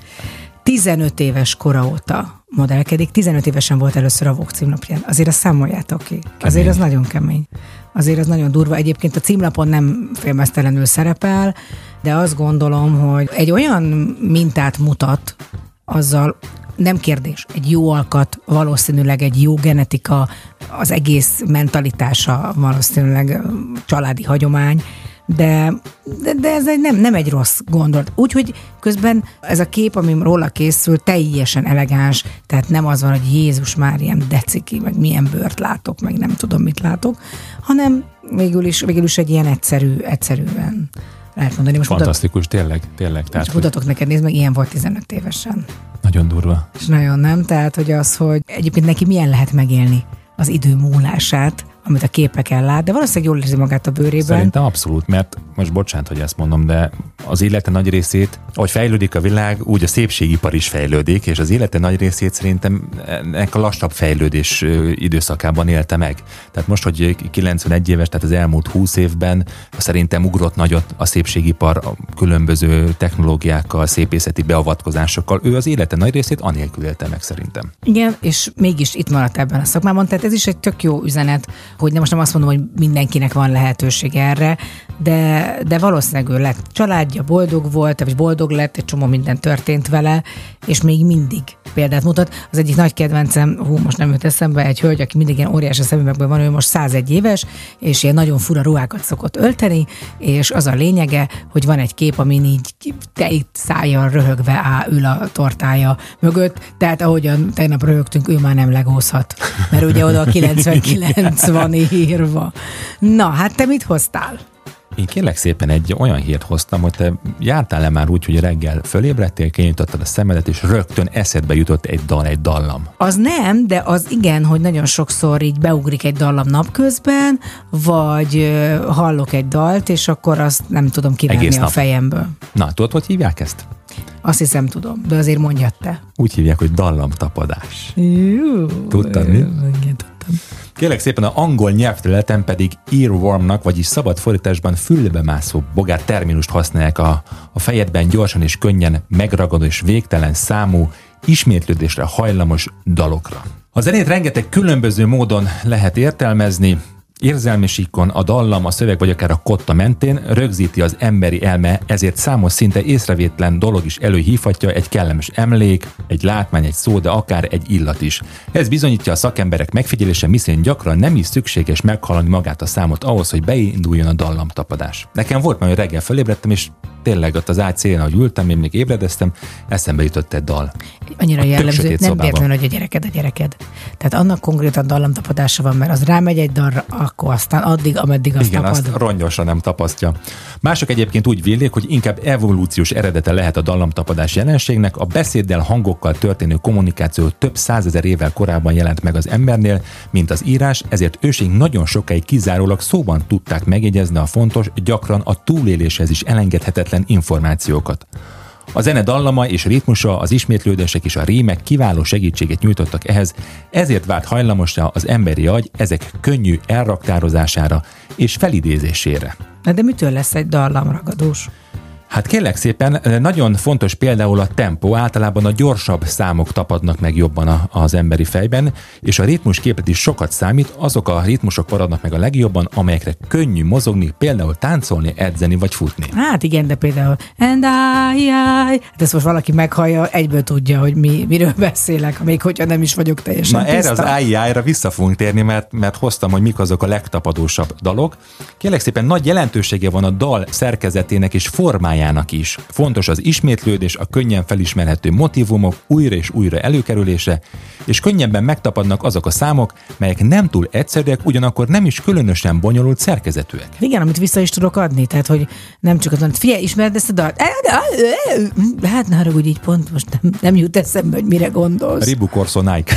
15 éves kora óta modellkedik, 15 évesen volt először a Vogue címlapján. Azért azt számoljátok ki. Azért az nagyon kemény. Azért az nagyon durva. Egyébként a címlapon nem félmeztelenül szerepel, de azt gondolom, hogy egy olyan mintát mutat, azzal nem kérdés, egy jó alkat, valószínűleg egy jó genetika, az egész mentalitása valószínűleg családi hagyomány, de ez nem egy rossz gondolat. Úgyhogy közben ez a kép, ami róla készül, teljesen elegáns, tehát nem az van, hogy Jézus már ilyen deciki, meg milyen bőrt látok, meg nem tudom, mit látok, hanem végül is egy ilyen egyszerűen lehet mondani. Most fantasztikus, tényleg. Most mutatok neked, nézd meg, ilyen volt 15 évesen. Nagyon durva. És nagyon nem, tehát hogy az, hogy egyébként neki milyen lehet megélni az idő múlását, amit a képeken lát, de valószínűleg jól érzi magát a bőrében. Szerintem abszolút, mert most bocsánat, hogy ezt mondom, de az élete nagy részét, ahogy fejlődik a világ, úgy a szépségipar is fejlődik, és az élete nagy részét szerintem ennek a lassabb fejlődés időszakában élte meg. Tehát most, hogy 91 éves, tehát az elmúlt 20 évben szerintem ugrott nagyot a szépségipar a különböző technológiákkal, szépészeti beavatkozásokkal. Ő az élete nagy részét anélkül élte meg szerintem. Igen, és mégis itt maradt ebben a szakmában, tehát ez is egy tök jó üzenet, hogy most nem azt mondom, hogy mindenkinek van lehetőség erre, de valószínűleg ő lett családja, boldog volt, vagy boldog lett, egy csomó minden történt vele, és még mindig példát mutat. Az egyik nagy kedvencem, most nem jut eszembe, egy hölgy, aki mindig ilyen óriás a szemüvegben van, ő most 101 éves, és ilyen nagyon fura ruhákat szokott ölteni, és az a lényege, hogy van egy kép, amin így tejt szájjal röhögve ül a tortája mögött, tehát ahogyan tegnap röhögtünk, ő már nem legózhat, mert ugye oda a 99 van írva. Na, hát te mit hoztál? Én kérlek szépen egy olyan hírt hoztam, hogy te jártál-e már úgy, hogy reggel fölébredtél, kinyitottad a szemedet, és rögtön eszedbe jutott egy dallam. Az nem, de az igen, hogy nagyon sokszor így beugrik egy dallam napközben, vagy hallok egy dalt, és akkor azt nem tudom kivenni a fejemből. Na, tudod, hogy hívják ezt? Azt hiszem tudom, de azért mondjad te. Úgy hívják, hogy dallamtapadás. Tudtad mi? Igen, tudtam. Kérlek szépen, a angol nyelvterületen pedig earwormnak, vagyis szabad fordításban fülbemászó bogár terminust használják a fejedben gyorsan és könnyen megragadó és végtelen számú, ismétlődésre hajlamos dalokra. A zenét rengeteg különböző módon lehet értelmezni, érzelmi síkon, a dallam, a szöveg vagy akár a kotta mentén rögzíti az emberi elme, ezért számos szinte észrevétlen dolog is előhívhatja, egy kellemes emlék, egy látmány, egy szó, de akár egy illat is. Ez bizonyítja a szakemberek megfigyelése, miszerint gyakran nem is szükséges meghallani magát a számot ahhoz, hogy beinduljon a dallamtapadás. Nekem volt már, hogy reggel fölébredtem, és tényleg ott az ágy szélén, ahogy ültem, én még ébredeztem, eszembe jutott egy dal. Annyira jellemző, nem véletlenül, hogy a gyereked. Tehát annak konkrétan dallamtapadása van, mert az rámegy egy dalra, akkor aztán addig, ameddig azt igen, tapad. Azt rongyosra nem tapasztja. Mások egyébként úgy vélik, hogy inkább evolúciós eredete lehet a dallamtapadás jelenségnek, a beszéddel, hangokkal történő kommunikáció több százezer évvel korábban jelent meg az embernél, mint az írás, ezért őseink nagyon sokáig kizárólag szóban tudták megjegyezni a fontos, gyakran a túléléshez is elengedhetetlen információkat. A zene dallama és ritmusa, az ismétlődések és a rímek kiváló segítséget nyújtottak ehhez, ezért vált hajlamosra az emberi agy ezek könnyű elraktározására és felidézésére. De mitől lesz egy dallamragadós? Hát kérlek szépen, nagyon fontos például a tempó, általában a gyorsabb számok tapadnak meg jobban az emberi fejben, és a ritmusképlet is sokat számít, azok a ritmusok maradnak meg a legjobban, amelyekre könnyű mozogni, például táncolni, edzeni vagy futni. Hát igen, de például and I, hát ezt most valaki meghallja, egyből tudja, hogy miről beszélek, még hogyha nem is vagyok teljesen tiszta. Erre az I-ra vissza fogunk térni, mert hoztam, hogy mik azok a legtapadósabb dalok. Kérlek szépen, nagy jelentősége van a dal szerkezetének és formájának is. Fontos az ismétlődés, a könnyen felismerhető motívumok újra és újra előkerülése, és könnyebben megtapadnak azok a számok, melyek nem túl egyszerűek, ugyanakkor nem is különösen bonyolult szerkezetűek. Igen, amit vissza is tudok adni, tehát hogy nem csak azon, figyelj, ismered ezt a dalt? Hát ne haragudj, így pont most nem jut eszembe, hogy mire gondolsz. Ribu Corso Nike.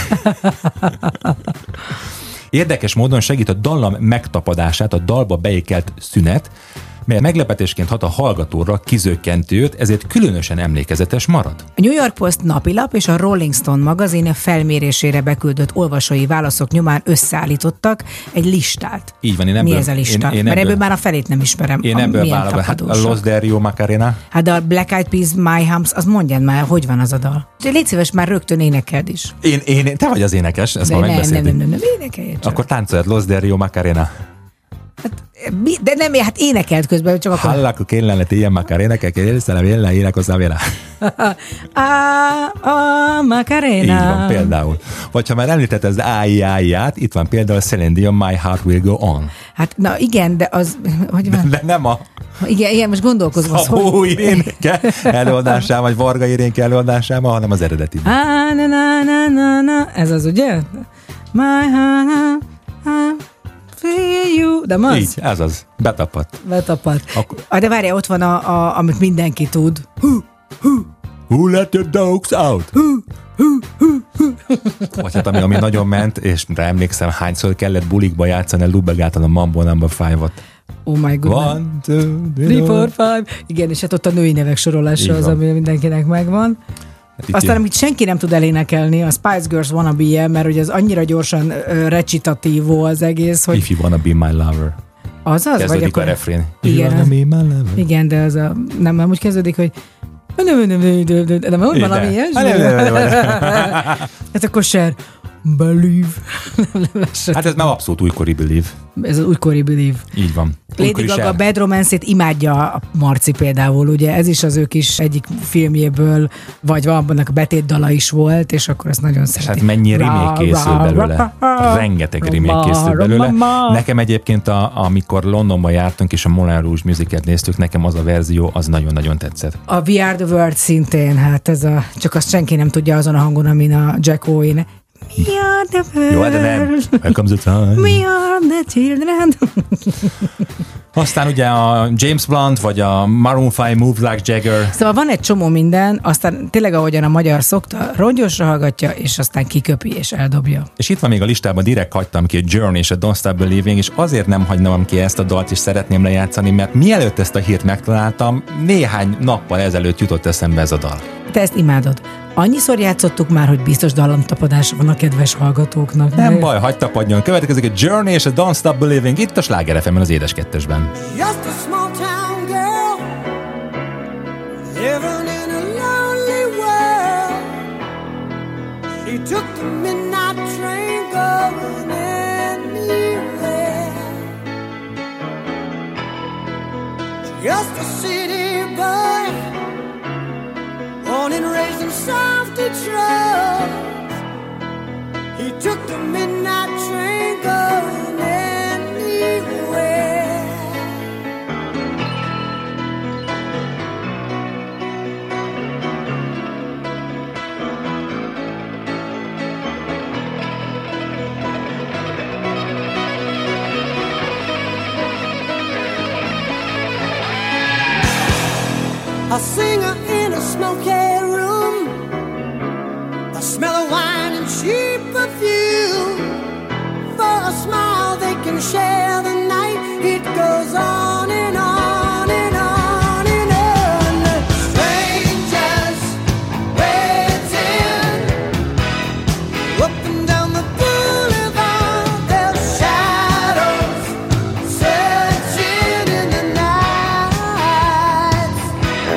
Érdekes módon segít a dallam megtapadását a dalba beékelt szünet, mely meglepetésként hat a hallgatóra, kizökkenti őt, ezért különösen emlékezetes marad. A New York Post napilap és a Rolling Stone magazin felmérésére beküldött olvasói válaszok nyomán összeállítottak egy listát. Így van, Mi ez a lista? Mert ebből már a felét nem ismerem. Én ebből választom. Hát a Los de Rio Macarena. Hát a Black Eyed Peas, My Humps, az mondjad már, hogy van az a dal. Légy szíves, már rögtön énekeld is. Te vagy az énekes, ezt de már megbeszéltük. Nem, énekelj csak. Akkor táncoljad Los de Rio Macarena. De nem, hát énekelt közben, csak akkor... Hallak, kellene ilyen Macarena, que quererse la bien, la ira cosa vera. Macarena. Így van, például. Vagy ha már említett az áját, itt van például Celine Dion, My Heart Will Go On. Hát, na igen, de az... Hogy van? De nem a... Igen, most gondolkozom. Szabó Irénke előadásában, vagy Varga Irénke előadásában, hanem az eredeti. Ez az, ugye? My heart... Feel you. De az? Így, ez az. Betapadt. De várjál, ott van amit mindenki tud. Who let the dogs out? Vagy hát ami nagyon ment, és rá emlékszem, hányszor kellett bulikba játszani a Lubegáltal a Mambo No. 5-ot. Oh my goodness. 1, 2, 3, 4, 5. Igen, és hát ott a női nevek sorolása az, ami mindenkinek megvan. Hát aztán, amit senki nem tud elénekelni, a Spice Girls Wanna Be-je, mert ugye az annyira gyorsan recitatív az egész, hogy... If you wanna be my lover. Azaz? Kezdődik vagy akkor... a refrén. Igen, igen, de az nem úgy kezdődik, hogy... Nem, úgy valami ilyesmi. Hát akkor Cher, Believe. Hát ez már abszolút újkori Believe. Ez az újkori Believe. Így van. Lady Gaga a Bad Romance-ét imádja a Marci például, ugye ez is az ő kis egyik filmjéből, vagy vannak a betétdala is volt, és akkor ezt nagyon szeretik. Hát mennyi remake készül belőle. Rengeteg remake készül belőle. Nekem egyébként, amikor Londonban jártunk, és a Moulin Rouge musicalt néztük, nekem az a verzió, az nagyon-nagyon tetszett. A We Are the World szintén, hát ez csak azt senki nem tudja azon a hangon, amin a Jack Owen. We are the world. Jó, de nem. Here comes the time. We are the children. Aztán ugye a James Blunt, vagy a Maroon 5 Move Like Jagger. Szóval van egy csomó minden, aztán tényleg ahogyan a magyar szokta, rongyosra hallgatja, és aztán kiköpi és eldobja. És itt van még a listában, direkt hagytam ki a Journey és a Don't Stop Believing, és azért nem hagynám ki ezt a dalt, és szeretném lejátszani, mert mielőtt ezt a hírt megtaláltam, néhány nappal ezelőtt jutott eszembe ez a dal. Te ezt imádod. Annyiszor játszottuk már, hogy biztos dallamtapadás van a kedves hallgatóknak. Nem baj, hagyd tapadjon. Következik a Journey és a Don't Stop Believing itt a Sláger FM-en az Édes Kettesben. Just a small town girl living in a lonely world. She took the midnight train going anywhere. Just a city boy, born and raised in South Detroit. He took the midnight train going anywhere. A singer in a smoky room, a smell of wine and cheap perfume. For a smile they can share the night. It goes on and on and on and on. Strangers waiting up and down the boulevard. Their shadows searching in the night.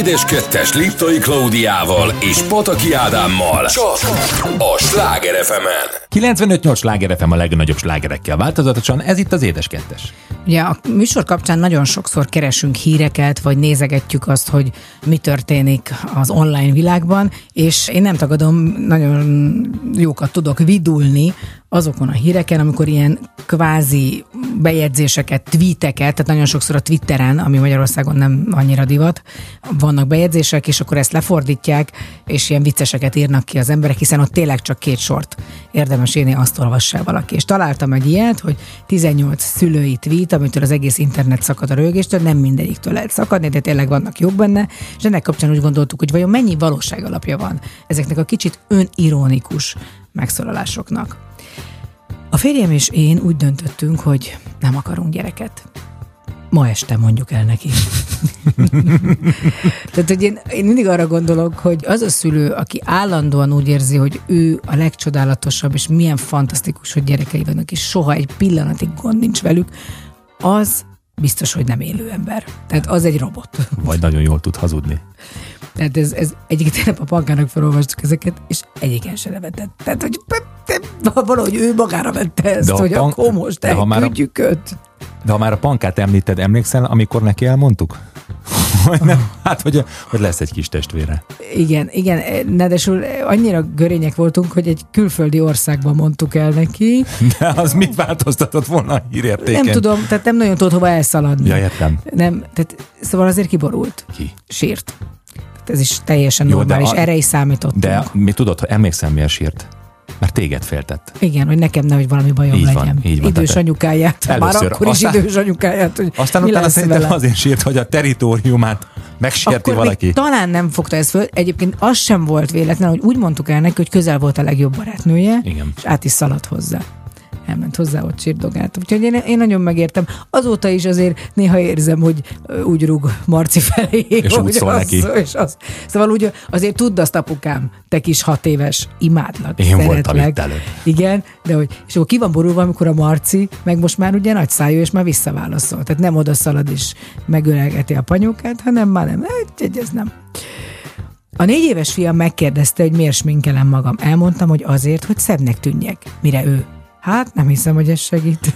Édes Kettes Liptai Klaudiával és Pataki Ádámmal csak a Sláger FM-en. 95-8 Sláger FM a legnagyobb slágerekkel változatosan, ez itt az Édes Kettes. Ugye a műsor kapcsán nagyon sokszor keresünk híreket, vagy nézegetjük azt, hogy mi történik az online világban, és én nem tagadom, nagyon jókat tudok vidulni azokon a híreken, amikor ilyen kvázi bejegyzéseket, tweeteket, tehát nagyon sokszor a Twitteren, ami Magyarországon nem annyira divat, vannak bejegyzések, és akkor ezt lefordítják, és ilyen vicceseket írnak ki az emberek, hiszen ott tényleg csak 2 sort érdemes írni, azt olvassa valaki. És találtam egy ilyet, hogy 18 szülői tweet, amitől az egész internet szakad a röhögéstől, nem mindegyiktől lehet szakadni, de tényleg vannak jók benne, és ennek kapcsán úgy gondoltuk, hogy vajon mennyi valóság alapja van ezeknek a kicsit önironikus megszólalásoknak. A férjem és én úgy döntöttünk, hogy nem akarunk gyereket. Ma este mondjuk el neki. Tehát, hogy én mindig arra gondolok, hogy az a szülő, aki állandóan úgy érzi, hogy ő a legcsodálatosabb, és milyen fantasztikus, hogy gyerekei vannak, és soha egy pillanatig gond nincs velük, az biztos, hogy nem élő ember. Tehát az egy robot. Vagy nagyon jól tud hazudni. Tehát ez egyik tegnap a pankának felolvastuk ezeket, és egyiken se nevetett. Tehát, hogy valahogy ő magára vette ezt, hogy akkor most elküldjük őt. De ha már a pankát említed, emlékszel, amikor neki elmondtuk? Nem, hát, hogy lesz egy kis testvére. Igen, nedesul annyira görények voltunk, hogy egy külföldi országban mondtuk el neki. De az mit változtatott volna a hírértéken? Nem tudom, tehát nem nagyon tudott hova elszaladni. Ja, értem. Nem, tehát szóval azért kiborult. Ki? Sírt. Tehát ez is teljesen normális, erre is számítottunk. De mi tudod, hogy emlékszem, miért sírt? Mert téged féltett. Igen, hogy nekem nehogy valami bajom így legyen. Így van. Idős anyukáját. Először, már akkor is idős anyukáját, hogy aztán utána szerintem azért sírt, hogy a teritoriumát megsérti akkor valaki. Talán nem fogta ezt föl. Egyébként az sem volt véletlen, hogy úgy mondtuk el neki, hogy közel volt a legjobb barátnője, igen. És át is szaladt hozzá. Elment hozzá, ott sírdogált. Úgyhogy én nagyon megértem. Azóta is azért néha érzem, hogy úgy rúg Marci felé. És úgy szól neki. Szóval úgy azért tudd azt, apukám, te kis 6 éves, imádlak, én szeretlek. voltam itt előbb. Igen, de hogy, és akkor ki van borulva, amikor a Marci, meg most már ugye nagy szájú, és már visszaválaszol. Tehát nem oda szalad és megölelgeti a panyókát, hanem már nem. Ez nem. A 4 éves fiam megkérdezte, hogy miért sminkelem magam. Elmondtam, hogy azért, hogy szebbnek tűnjek. Mire ő? Hát nem hiszem, hogy ez segít.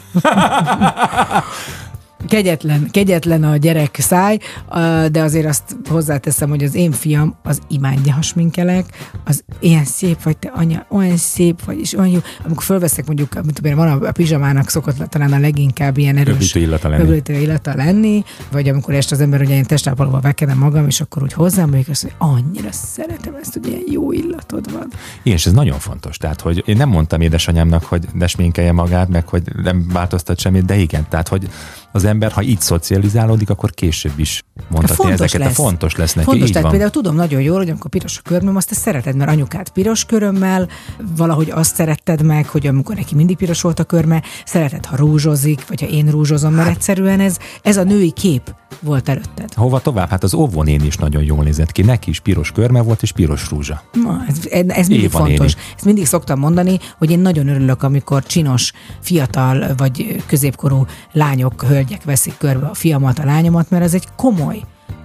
Kegyetlen a gyerek száj, de azért azt hozzáteszem, hogy az én fiam az imádja, ha sminkelek, az ilyen szép vagy te anya, olyan szép vagy, és olyan jó. Amikor fölveszek mondjuk, van a pizsamának szokott talán a leginkább ilyen erős illata lenni, vagy amikor este az ember ugye ilyen testápolóval vekedem magam, és akkor úgy hozzám vagyok, azt, hogy annyira szeretem ezt, hogy ilyen jó illatod van. Igen, és ez nagyon fontos. Tehát, hogy én nem mondtam édesanyámnak, hogy ne sminkelje magát, meg hogy nem változtat semmit, de igen, tehát, hogy az ember, ha így szocializálódik, akkor később is mondhatni ezeket, lesz. Fontos lesz neki. Fontos, így tehát van. Például tudom nagyon jól, hogy amikor piros a körmöm, azt te szereted, mert anyukád piros körömmel, valahogy azt szeretted meg, hogy amikor neki mindig piros volt a körme, szereted, ha rúzsozik, vagy ha én rúzsozom, mert egyszerűen ez a női kép volt előtted. Hova tovább? Hát az óvónén is nagyon jól nézett ki. Neki is piros körme volt, és piros rúzsa. Na, ez mindig fontos. Ezt mindig szoktam mondani, hogy én nagyon örülök, amikor csinos, fiatal vagy középkorú lányok, hölgyek veszik körbe a fiamat, a lányomat, mert ez egy komoly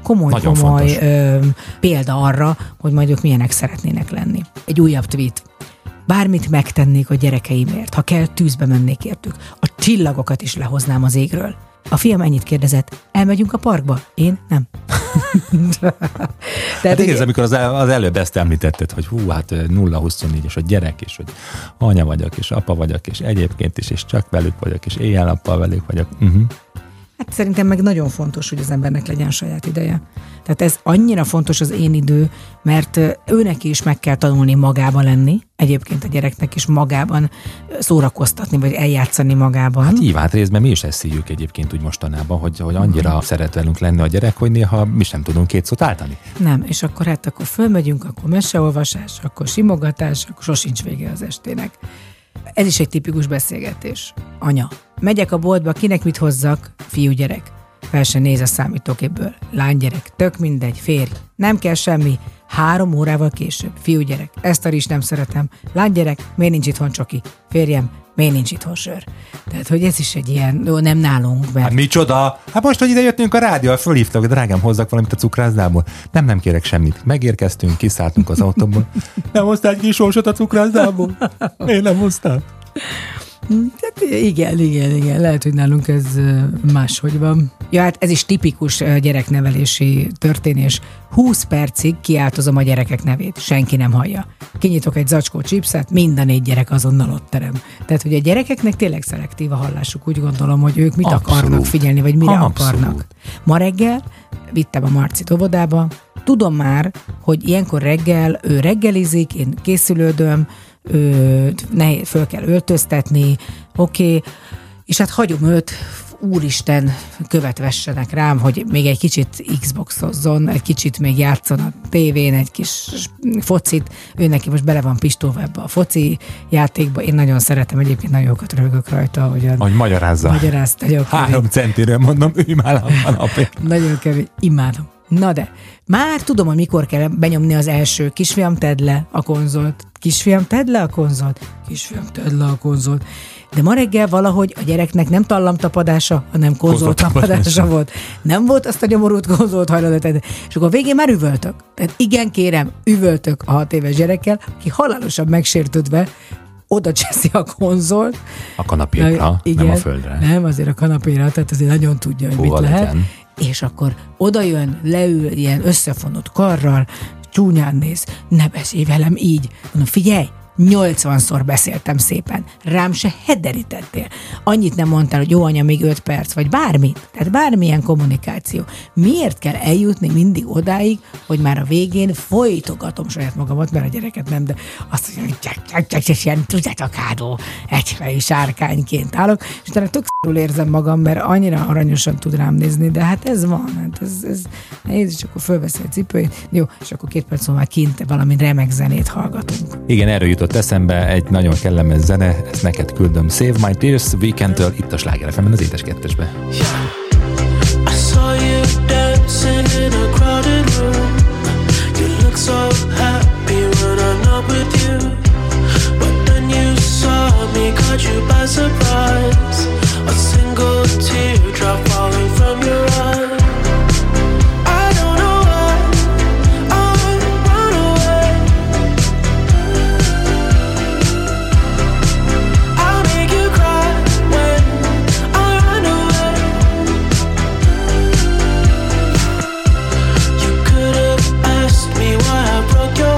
példa arra, hogy majd ők milyenek szeretnének lenni. Egy újabb tweet. Bármit megtennék a gyerekeimért, ha kell, tűzbe mennék értük. A csillagokat is lehoznám az égről. A fiam ennyit kérdezett, elmegyünk a parkba? Én nem. Hát igen, amikor az előbb ezt említetted, hogy hát 0-24 és a gyerek, és hogy anya vagyok, és apa vagyok, és egyébként is, és csak velük vagyok, és éjjel-nappal velük vagyok. Hát szerintem meg nagyon fontos, hogy az embernek legyen saját ideje. Tehát ez annyira fontos az én idő, mert őnek is meg kell tanulni magában lenni, egyébként a gyereknek is magában szórakoztatni, vagy eljátszani magában. Hát így hát részben mi is ezt szívjuk egyébként úgy mostanában, hogy annyira szeret velünk lenni a gyerek, hogy néha mi sem tudunk 2 szót áltani. Nem, és akkor fölmegyünk, akkor meseolvasás, akkor simogatás, akkor sosincs vége az estének. Ez is egy tipikus beszélgetés. Anya, megyek a boltba, kinek mit hozzak? Fiúgyerek. Fel se néz a számítógépből. Lánygyerek, tök mindegy, férj. Nem kell semmi. 3 órával később. Fiúgyerek, ezt a rizst nem szeretem. Lánygyerek, miért nincs itthon csoki? Férjem, miért nincs itthon sör? Tehát, hogy ez is egy ilyen, nem nálunk. Mert... Hát micsoda? Hát most, hogy ide jöttünk a rádióval, fölhívtak, drágám, hozzak valamit a cukrászdából. Nem kérek semmit. Megérkeztünk, kiszálltunk az autóból. Nem hoztál egy kis sorsot a cukrászdából? Miért nem hoztál? Hát igen. Lehet, hogy nálunk ez máshogy van. Ja, hát ez is tipikus gyereknevelési történés. 20 percig kiáltozom a gyerekek nevét. Senki nem hallja. Kinyitok egy zacskó chipset, mind a 4 gyerek azonnal ott terem. Tehát, hogy a gyerekeknek tényleg szelektív a hallásuk. Úgy gondolom, hogy ők mit akarnak figyelni, vagy mire akarnak. Ma reggel vittem a Marcit óvodába. Tudom már, hogy ilyenkor reggel ő reggelizik, én készülődöm, föl kell öltöztetni, oké, és hát hagyom őt, úristen, követ vessenek rám, hogy még egy kicsit Xboxozzon, egy kicsit még játszon a tévén, egy kis focit, ő neki most bele van pistolva ebbe a foci játékba, én nagyon szeretem, egyébként nagyon jókat röhögök rajta, hogy magyarázza. 3 centiről mondom, ő már a napja. Nagyon kevés, imádom. Na de, már tudom, hogy mikor kell benyomni az első. Kisfiam, tedd le a konzolt. Kisfiam, tedd le a konzolt. Kisfiam, tedd le a konzolt. De ma reggel valahogy a gyereknek nem tallamtapadása, hanem konzoltapadása volt. Nem volt azt a nyomorult konzolt hajlandó. És akkor a végén már üvöltök. Tehát igen, kérem, üvöltök a 6 éves gyerekkel, aki halálosan megsértődve oda cseszi a konzolt. A kanapéra, igen, nem a földre. Nem, azért a kanapéra, tehát azért nagyon tudja, hogy mit lehet. És akkor oda jön, leül ilyen összefonott karral, csúnyán néz, ne beszélj velem így. Mondom, figyelj, 80-szor beszéltem szépen, rám se hederítettél. Annyit nem mondtál, hogy jó anya, még 5 perc, vagy bármi. Tehát bármilyen kommunikáció. Miért kell eljutni mindig odáig, hogy már a végén folytogatom saját magamat, mert a gyereket nem, de azt mondja, hogy ilyen tudatokádó egyfejű sárkányként állok, és utána tök szarul érzem magam, mert annyira aranyosan tud rám nézni, de hát ez van, hát ez nehéz, és akkor fölveszi a cipőjét. Jó, és akkor 2 perc múlva kint valami remek zenét hallgatunk. Igen, erről jutott eszembe egy nagyon kellemes zene, ezt neked küldöm. Save My Tears Weekendtől itt a Sláger FM-en az Édes Kettesbe. I saw you dancing in a crowded room. You look so happy when I'm not with you. But then you saw me, caught you by surprise. A single teardrop falling from your eye. Broke your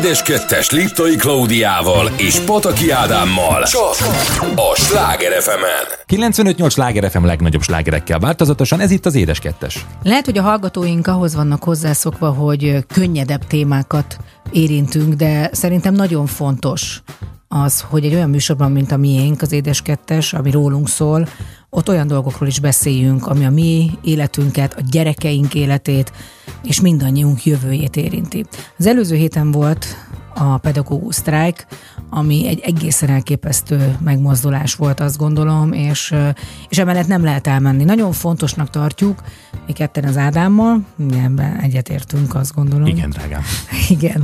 Édes Kettes Liptai Klaudiával és Pataki Ádámmal csak a Sláger FM-en. 95.8 Sláger FM legnagyobb slágerekkel változatosan, ez itt az Édes Kettes. Lehet, hogy a hallgatóink ahhoz vannak hozzászokva, hogy könnyedebb témákat érintünk, de szerintem nagyon fontos az, hogy egy olyan műsorban, mint a miénk, az Édes Kettes, ami rólunk szól, ott olyan dolgokról is beszéljünk, ami a mi életünket, a gyerekeink életét, és mindannyiunk jövőjét érinti. Az előző héten volt a pedagógus sztrájk, ami egy egészen elképesztő megmozdulás volt, azt gondolom, és emellett nem lehet elmenni. Nagyon fontosnak tartjuk, mi ketten az Ádámmal, ebben egyetértünk, azt gondolom. Igen, drágám. Igen,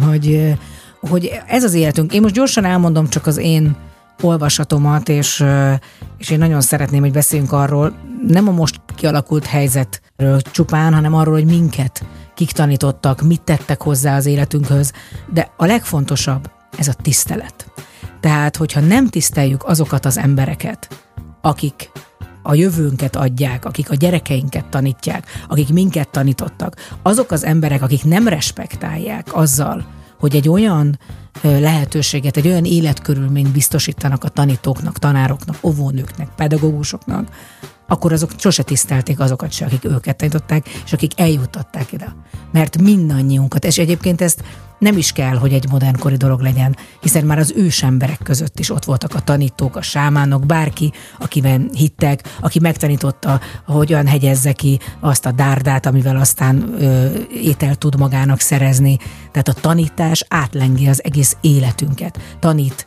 hogy ez az életünk. Én most gyorsan elmondom csak az én olvasatomat, és én nagyon szeretném, hogy beszéljünk arról, nem a most kialakult helyzetről csupán, hanem arról, hogy minket kik tanítottak, mit tettek hozzá az életünkhöz, de a legfontosabb, ez a tisztelet. Tehát, hogyha nem tiszteljük azokat az embereket, akik a jövőnket adják, akik a gyerekeinket tanítják, akik minket tanítottak, azok az emberek, akik nem respektálják azzal, hogy egy olyan lehetőséget, egy olyan életkörülményt biztosítanak a tanítóknak, tanároknak, óvónőknek, pedagógusoknak, akkor azok sose tisztelték azokat se, akik őket tanították, és akik eljutották ide. Mert mindannyiunkat, és egyébként ezt nem is kell, hogy egy modernkori dolog legyen, hiszen már az ősemberek között is ott voltak a tanítók, a sámánok, bárki, akiben hittek, aki megtanította, hogyan hegyezze ki azt a dárdát, amivel aztán ételt tud magának szerezni. Tehát a tanítás átlengi az egész életünket. Tanít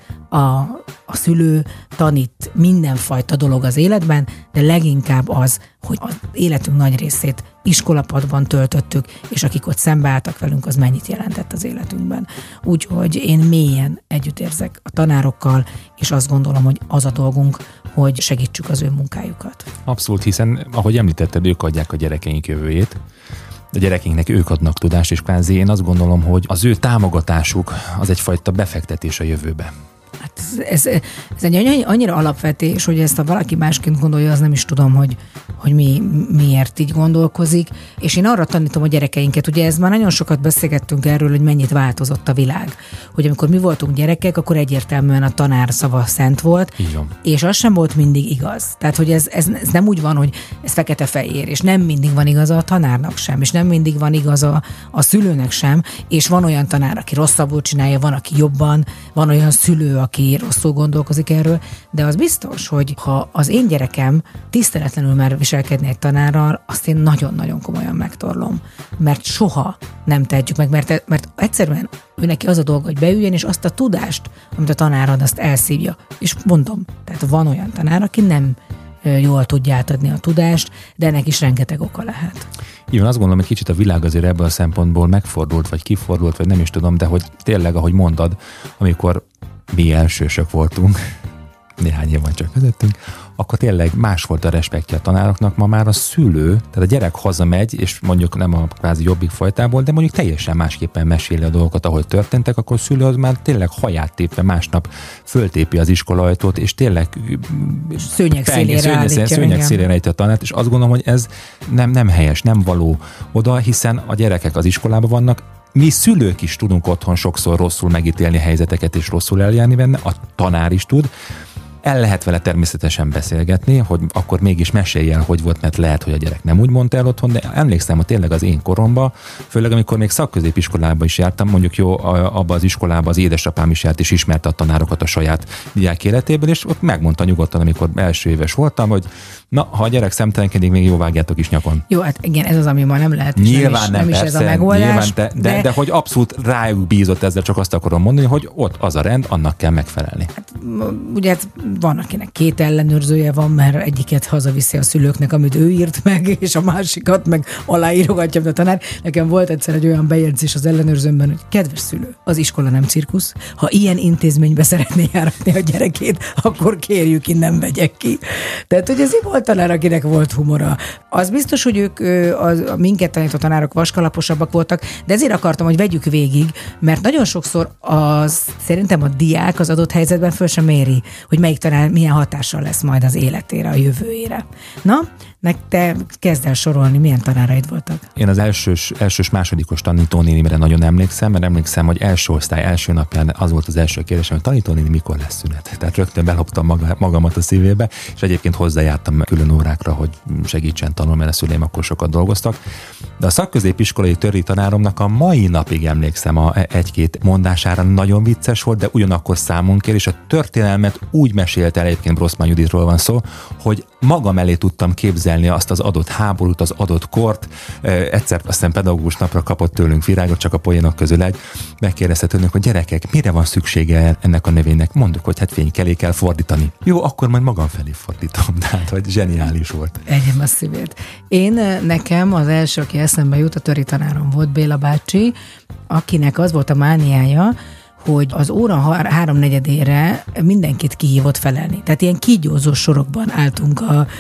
a szülő, tanít mindenfajta dolog az életben, de leginkább az, hogy az életünk nagy részét iskolapadban töltöttük, és akik ott szembeálltak velünk, az mennyit jelentett az életünkben. Úgyhogy én mélyen együttérzek a tanárokkal, és azt gondolom, hogy az a dolgunk, hogy segítsük az ő munkájukat. Abszolút, hiszen, ahogy említetted, ők adják a gyerekeink jövőjét. A gyerekeinknek ők adnak tudást, és kvázi én azt gondolom, hogy az ő támogatásuk az egyfajta befektetés a jövőbe. Hát ez egy annyira alapvetés, hogy ezt ha valaki másként gondolja, az nem is tudom, hogy miért így gondolkozik. És én arra tanítom a gyerekeinket, ugye ez már nagyon sokat beszélgettünk erről, hogy mennyit változott a világ. Hogy amikor mi voltunk gyerekek, akkor egyértelműen a tanár szava szent volt, és az sem volt mindig igaz. Tehát, hogy ez nem úgy van, hogy ez fekete-fehér, és nem mindig van igaza a tanárnak sem, és nem mindig van igaza a szülőnek sem, és van olyan tanár, aki rosszabbul csinálja, van, aki jobban, van olyan szülő, aki rosszul gondolkozik erről, de az biztos, hogy ha az én gyerekem tiszteletlenül már viselkedni egy tanárral, azt én nagyon-nagyon komolyan megtorlom. Mert soha nem tehetjük meg, mert egyszerűen ő neki az a dolga, hogy beüljön, és azt a tudást, amit a tanár ad, azt elszívja. És mondom, tehát van olyan tanár, aki nem jól tudja átadni a tudást, de ennek is rengeteg oka lehet. Igen, azt gondolom, hogy kicsit a világ azért ebből a szempontból megfordult, vagy kifordult, vagy nem is tudom, de hogy tényleg, ahogy mondod, amikor mi elsősök voltunk, néhány év van csak közöttünk, akkor tényleg más volt a respektje a tanároknak. Ma már a szülő, tehát a gyerek hazamegy, és mondjuk nem a kvázi jobbik fajtából, de mondjuk teljesen másképpen meséli a dolgokat, ahogy történtek, akkor a szülő az már tényleg haját tépve másnap föltépi az iskolaajtót, és tényleg szőnyeg szélére állítja a tanárt, és azt gondolom, hogy ez nem helyes, nem való oda, hiszen a gyerekek az iskolában vannak. Mi szülők is tudunk otthon sokszor rosszul megítélni helyzeteket és rosszul eljárni benne, a tanár is tud. El lehet vele természetesen beszélgetni, hogy akkor mégis mesélj el, hogy volt, mert lehet, hogy a gyerek nem úgy mondta el otthon, de emlékszem, hogy tényleg az én koromban, főleg amikor még szakközépiskolában is jártam, mondjuk abban az iskolában az édesapám is járt, és ismerte a tanárokat a saját diák életéből, és ott megmondta nyugodtan, amikor első éves voltam, hogy na, ha a gyerek szemtelenkedik, még jó, vágjátok is nyakon. Jó, hát igen, ez az, ami ma nem lehet. Nyilván nem is persze, ez a megoldás. De hogy abszolút rájuk bízott ezzel, csak azt akarom mondani, hogy ott az a rend, annak kell megfelelni. Hát, ugye van, akinek 2 ellenőrzője van, mert egyiket hazaviszi a szülőknek, amit ő írt meg, és a másikat meg aláírogatja a tanár. Nekem volt egyszer egy olyan bejegyzés az ellenőrzőmben, hogy kedves szülő, az iskola nem cirkusz. Ha ilyen intézménybe szeretné járatni a gyerekét, akkor kérjük, innen vegyek ki. Tehát, hogy ez volt tanár, akinek volt humora. Az biztos, hogy ők a minket tanító tanárok vaskalaposabbak voltak, de ezért akartam, hogy vegyük végig, mert nagyon sokszor szerintem a diák az adott helyzetben föl folyamatosan méri, hogy melyik tanár milyen hatással lesz majd az életére, a jövőjére. Na, te kezd el sorolni, milyen tanáraid voltak? Én az elsős másodikos tanítónénimre nagyon emlékszem, mert emlékszem, hogy első osztály első napján az volt az első kérdésem, hogy tanítónéni mikor lesz szünet. Tehát rögtön beloptam magamat a szívébe, és egyébként hozzájártam külön órákra, hogy segítsen tanulni, mert a szüleim akkor sokat dolgoztak. De a szakközépiskolai töri tanáromnak a mai napig emlékszem egy-két mondására, nagyon vicces volt, de ugyanakkor számon kér, és a történelmet úgy mesélte el, egyébként Broszman Juditról van szó, hogy magam elé tudtam képzelni azt az adott háborút, az adott kort. Egyszer aztán pedagógus napra kapott tőlünk virágot, csak a poénok közül egy. Megkérdezte tőlünk, hogy gyerekek, mire van szüksége ennek a növénynek? Mondjuk, hogy hát fénykelé kell fordítani. Jó, akkor majd magam felé fordítom. Tehát, hogy zseniális volt. Egyem a szívét. Nekem az első, aki eszembe jut, a töri tanárom volt, Béla bácsi, akinek az volt a mániája, hogy az óra 3/4-ére mindenkit kihívott felelni. Tehát ilyen kígyózó sorokban álltunk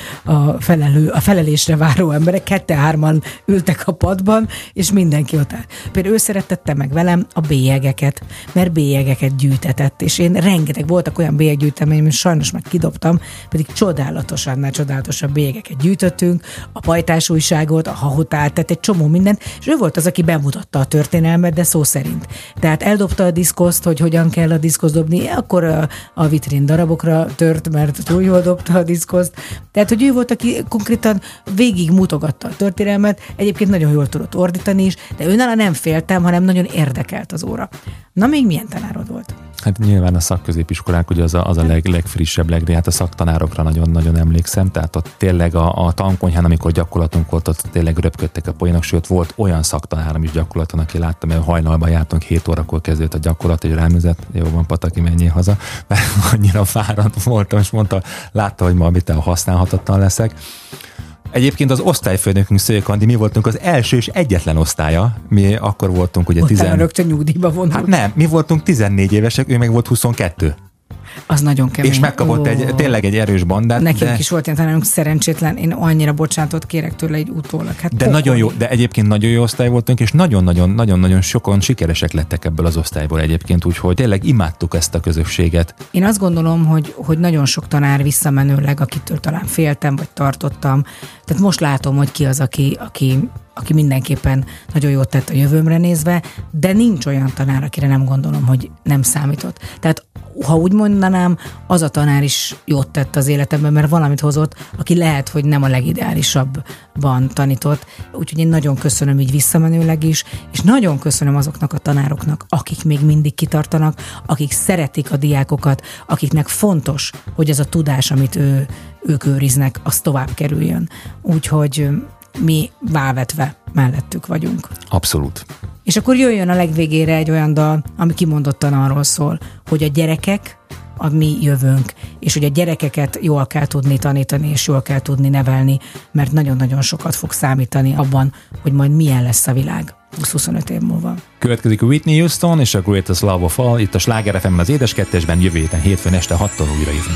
a felelésre váró emberek, 2-3-an ültek a padban, és mindenki ott áll. Például ő szeretette meg velem a bélyegeket, mert bélyegeket gyűjtetett, és én rengeteg voltak olyan bélyeggyűjtemény, amit sajnos meg kidobtam, pedig csodálatosabb bélyegeket gyűjtöttünk, a pajtás újságot, a hahotát, tehát egy csomó mindent, és ő volt az, aki bemutatta a történelmet, de szó szerint. Tehát eldobta a diszkoszt, hogy hogyan kell a diszkoszt dobni, akkor a vitrin darabokra tört, mert túl jól dobta a diszkoszt. Tehát, hogy ő volt, aki konkrétan végig mutogatta a történelmet, egyébként nagyon jól tudott ordítani is, de őnála nem féltem, hanem nagyon érdekelt az óra. Na, még milyen tanárod volt? Hát nyilván a szakközépiskolák ugye az a legfrissebb, hát a szaktanárokra nagyon-nagyon emlékszem, tehát ott tényleg a tankonyhán, amikor gyakorlatunk volt, ott tényleg röpködtek a poénok, sőt volt olyan szaktanárom is gyakorlaton, aki láttam, hogy hajnalban jártunk, 7 órakor kezdődött a gyakorlat, és ránézett, jó van, Pataki, menjél haza, mert annyira fáradt voltam, és látta, hogy ma mitől használhatatlan leszek. Egyébként az osztályfőnökünk, Szőjek Andi, mi voltunk az első és egyetlen osztálya. Mi akkor voltunk ugye rögtön nyugdíjba vonult. Hát nem, mi voltunk 14 évesek, ő meg volt 22. Az nagyon kemény. És megkapott tényleg egy erős bandát. Nekünk is volt ilyen tanárunk, szerencsétlen, én annyira bocsánatot kérek tőle egy utólag. Hát de nagyon jó, de egyébként nagyon jó osztály voltunk, és nagyon-nagyon sokan sikeresek lettek ebből az osztályból egyébként, úgyhogy tényleg imádtuk ezt a közösséget. Én azt gondolom, hogy nagyon sok tanár visszamenőleg, akitől talán féltem, vagy tartottam. Tehát most látom, hogy ki az, aki mindenképpen nagyon jót tett a jövőmre nézve, de nincs olyan tanár, akire nem gondolom, hogy nem számított. Tehát ha úgy mondanám, az a tanár is jót tett az életemben, mert valamit hozott, aki lehet, hogy nem a legideálisabban tanított. Úgyhogy én nagyon köszönöm így visszamenőleg is, és nagyon köszönöm azoknak a tanároknak, akik még mindig kitartanak, akik szeretik a diákokat, akiknek fontos, hogy ez a tudás, amit ők őriznek, az tovább kerüljön. Úgyhogy mi válvetve mellettük vagyunk. Abszolút. És akkor jöjjön a legvégére egy olyan dal, ami kimondottan arról szól, hogy a gyerekek a mi jövőnk, és hogy a gyerekeket jól kell tudni tanítani, és jól kell tudni nevelni, mert nagyon-nagyon sokat fog számítani abban, hogy majd milyen lesz a világ 20-25 év múlva. Következik Whitney Houston és a Greatest Love of All, itt a Sláger FM-en az Édes Kettesben, jövő héten hétfőn este 6-tól újra jövünk.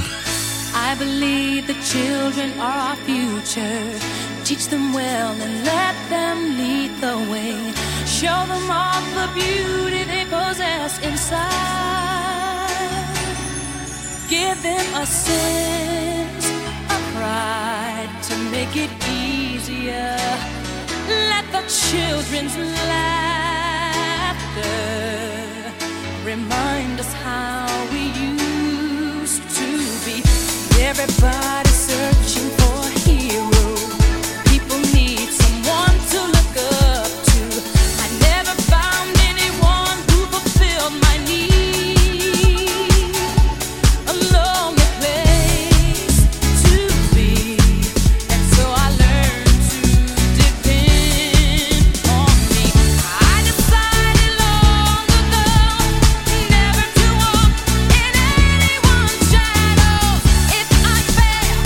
I believe the children are our future. Teach them well and let them lead the way. Show them all the beauty they possess inside. Give them a sense of pride to make it easier. Let the children's laughter remind us how we used to be. Everybody searching for a hero. People need someone to look up to. I never found anyone who fulfilled my need. A lonely place to be, and so I learned to depend on me. I decided long ago never to walk in anyone's shadows. If I fail,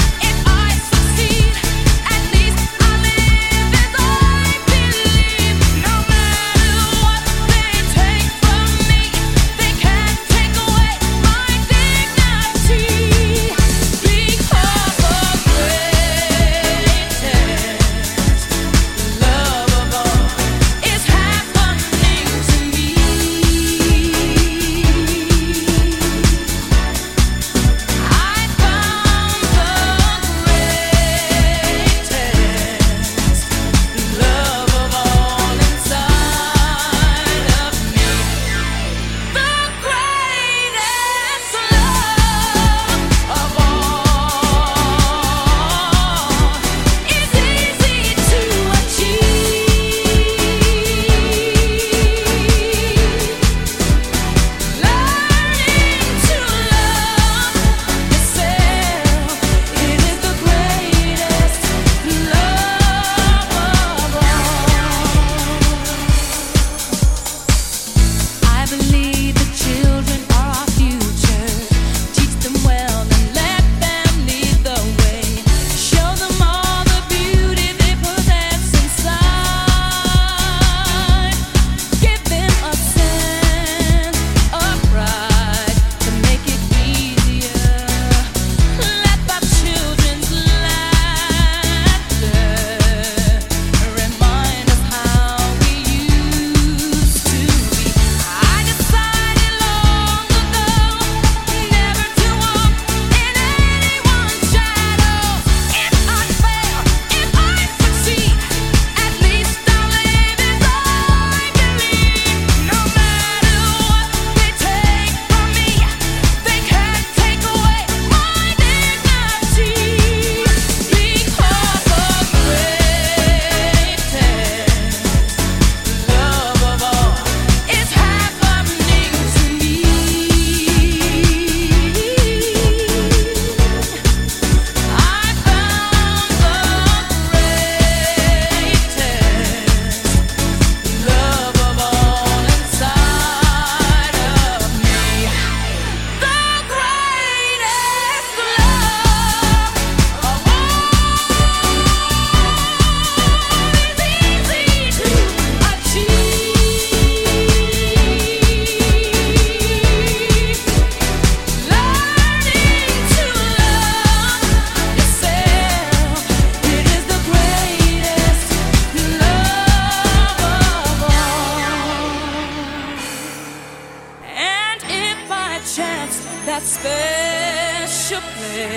What's that special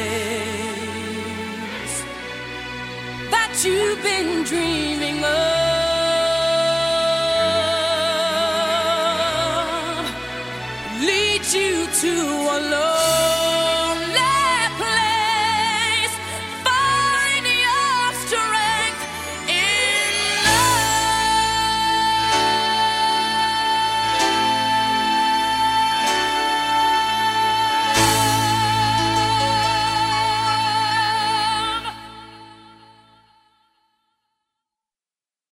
place that you've been dreaming of?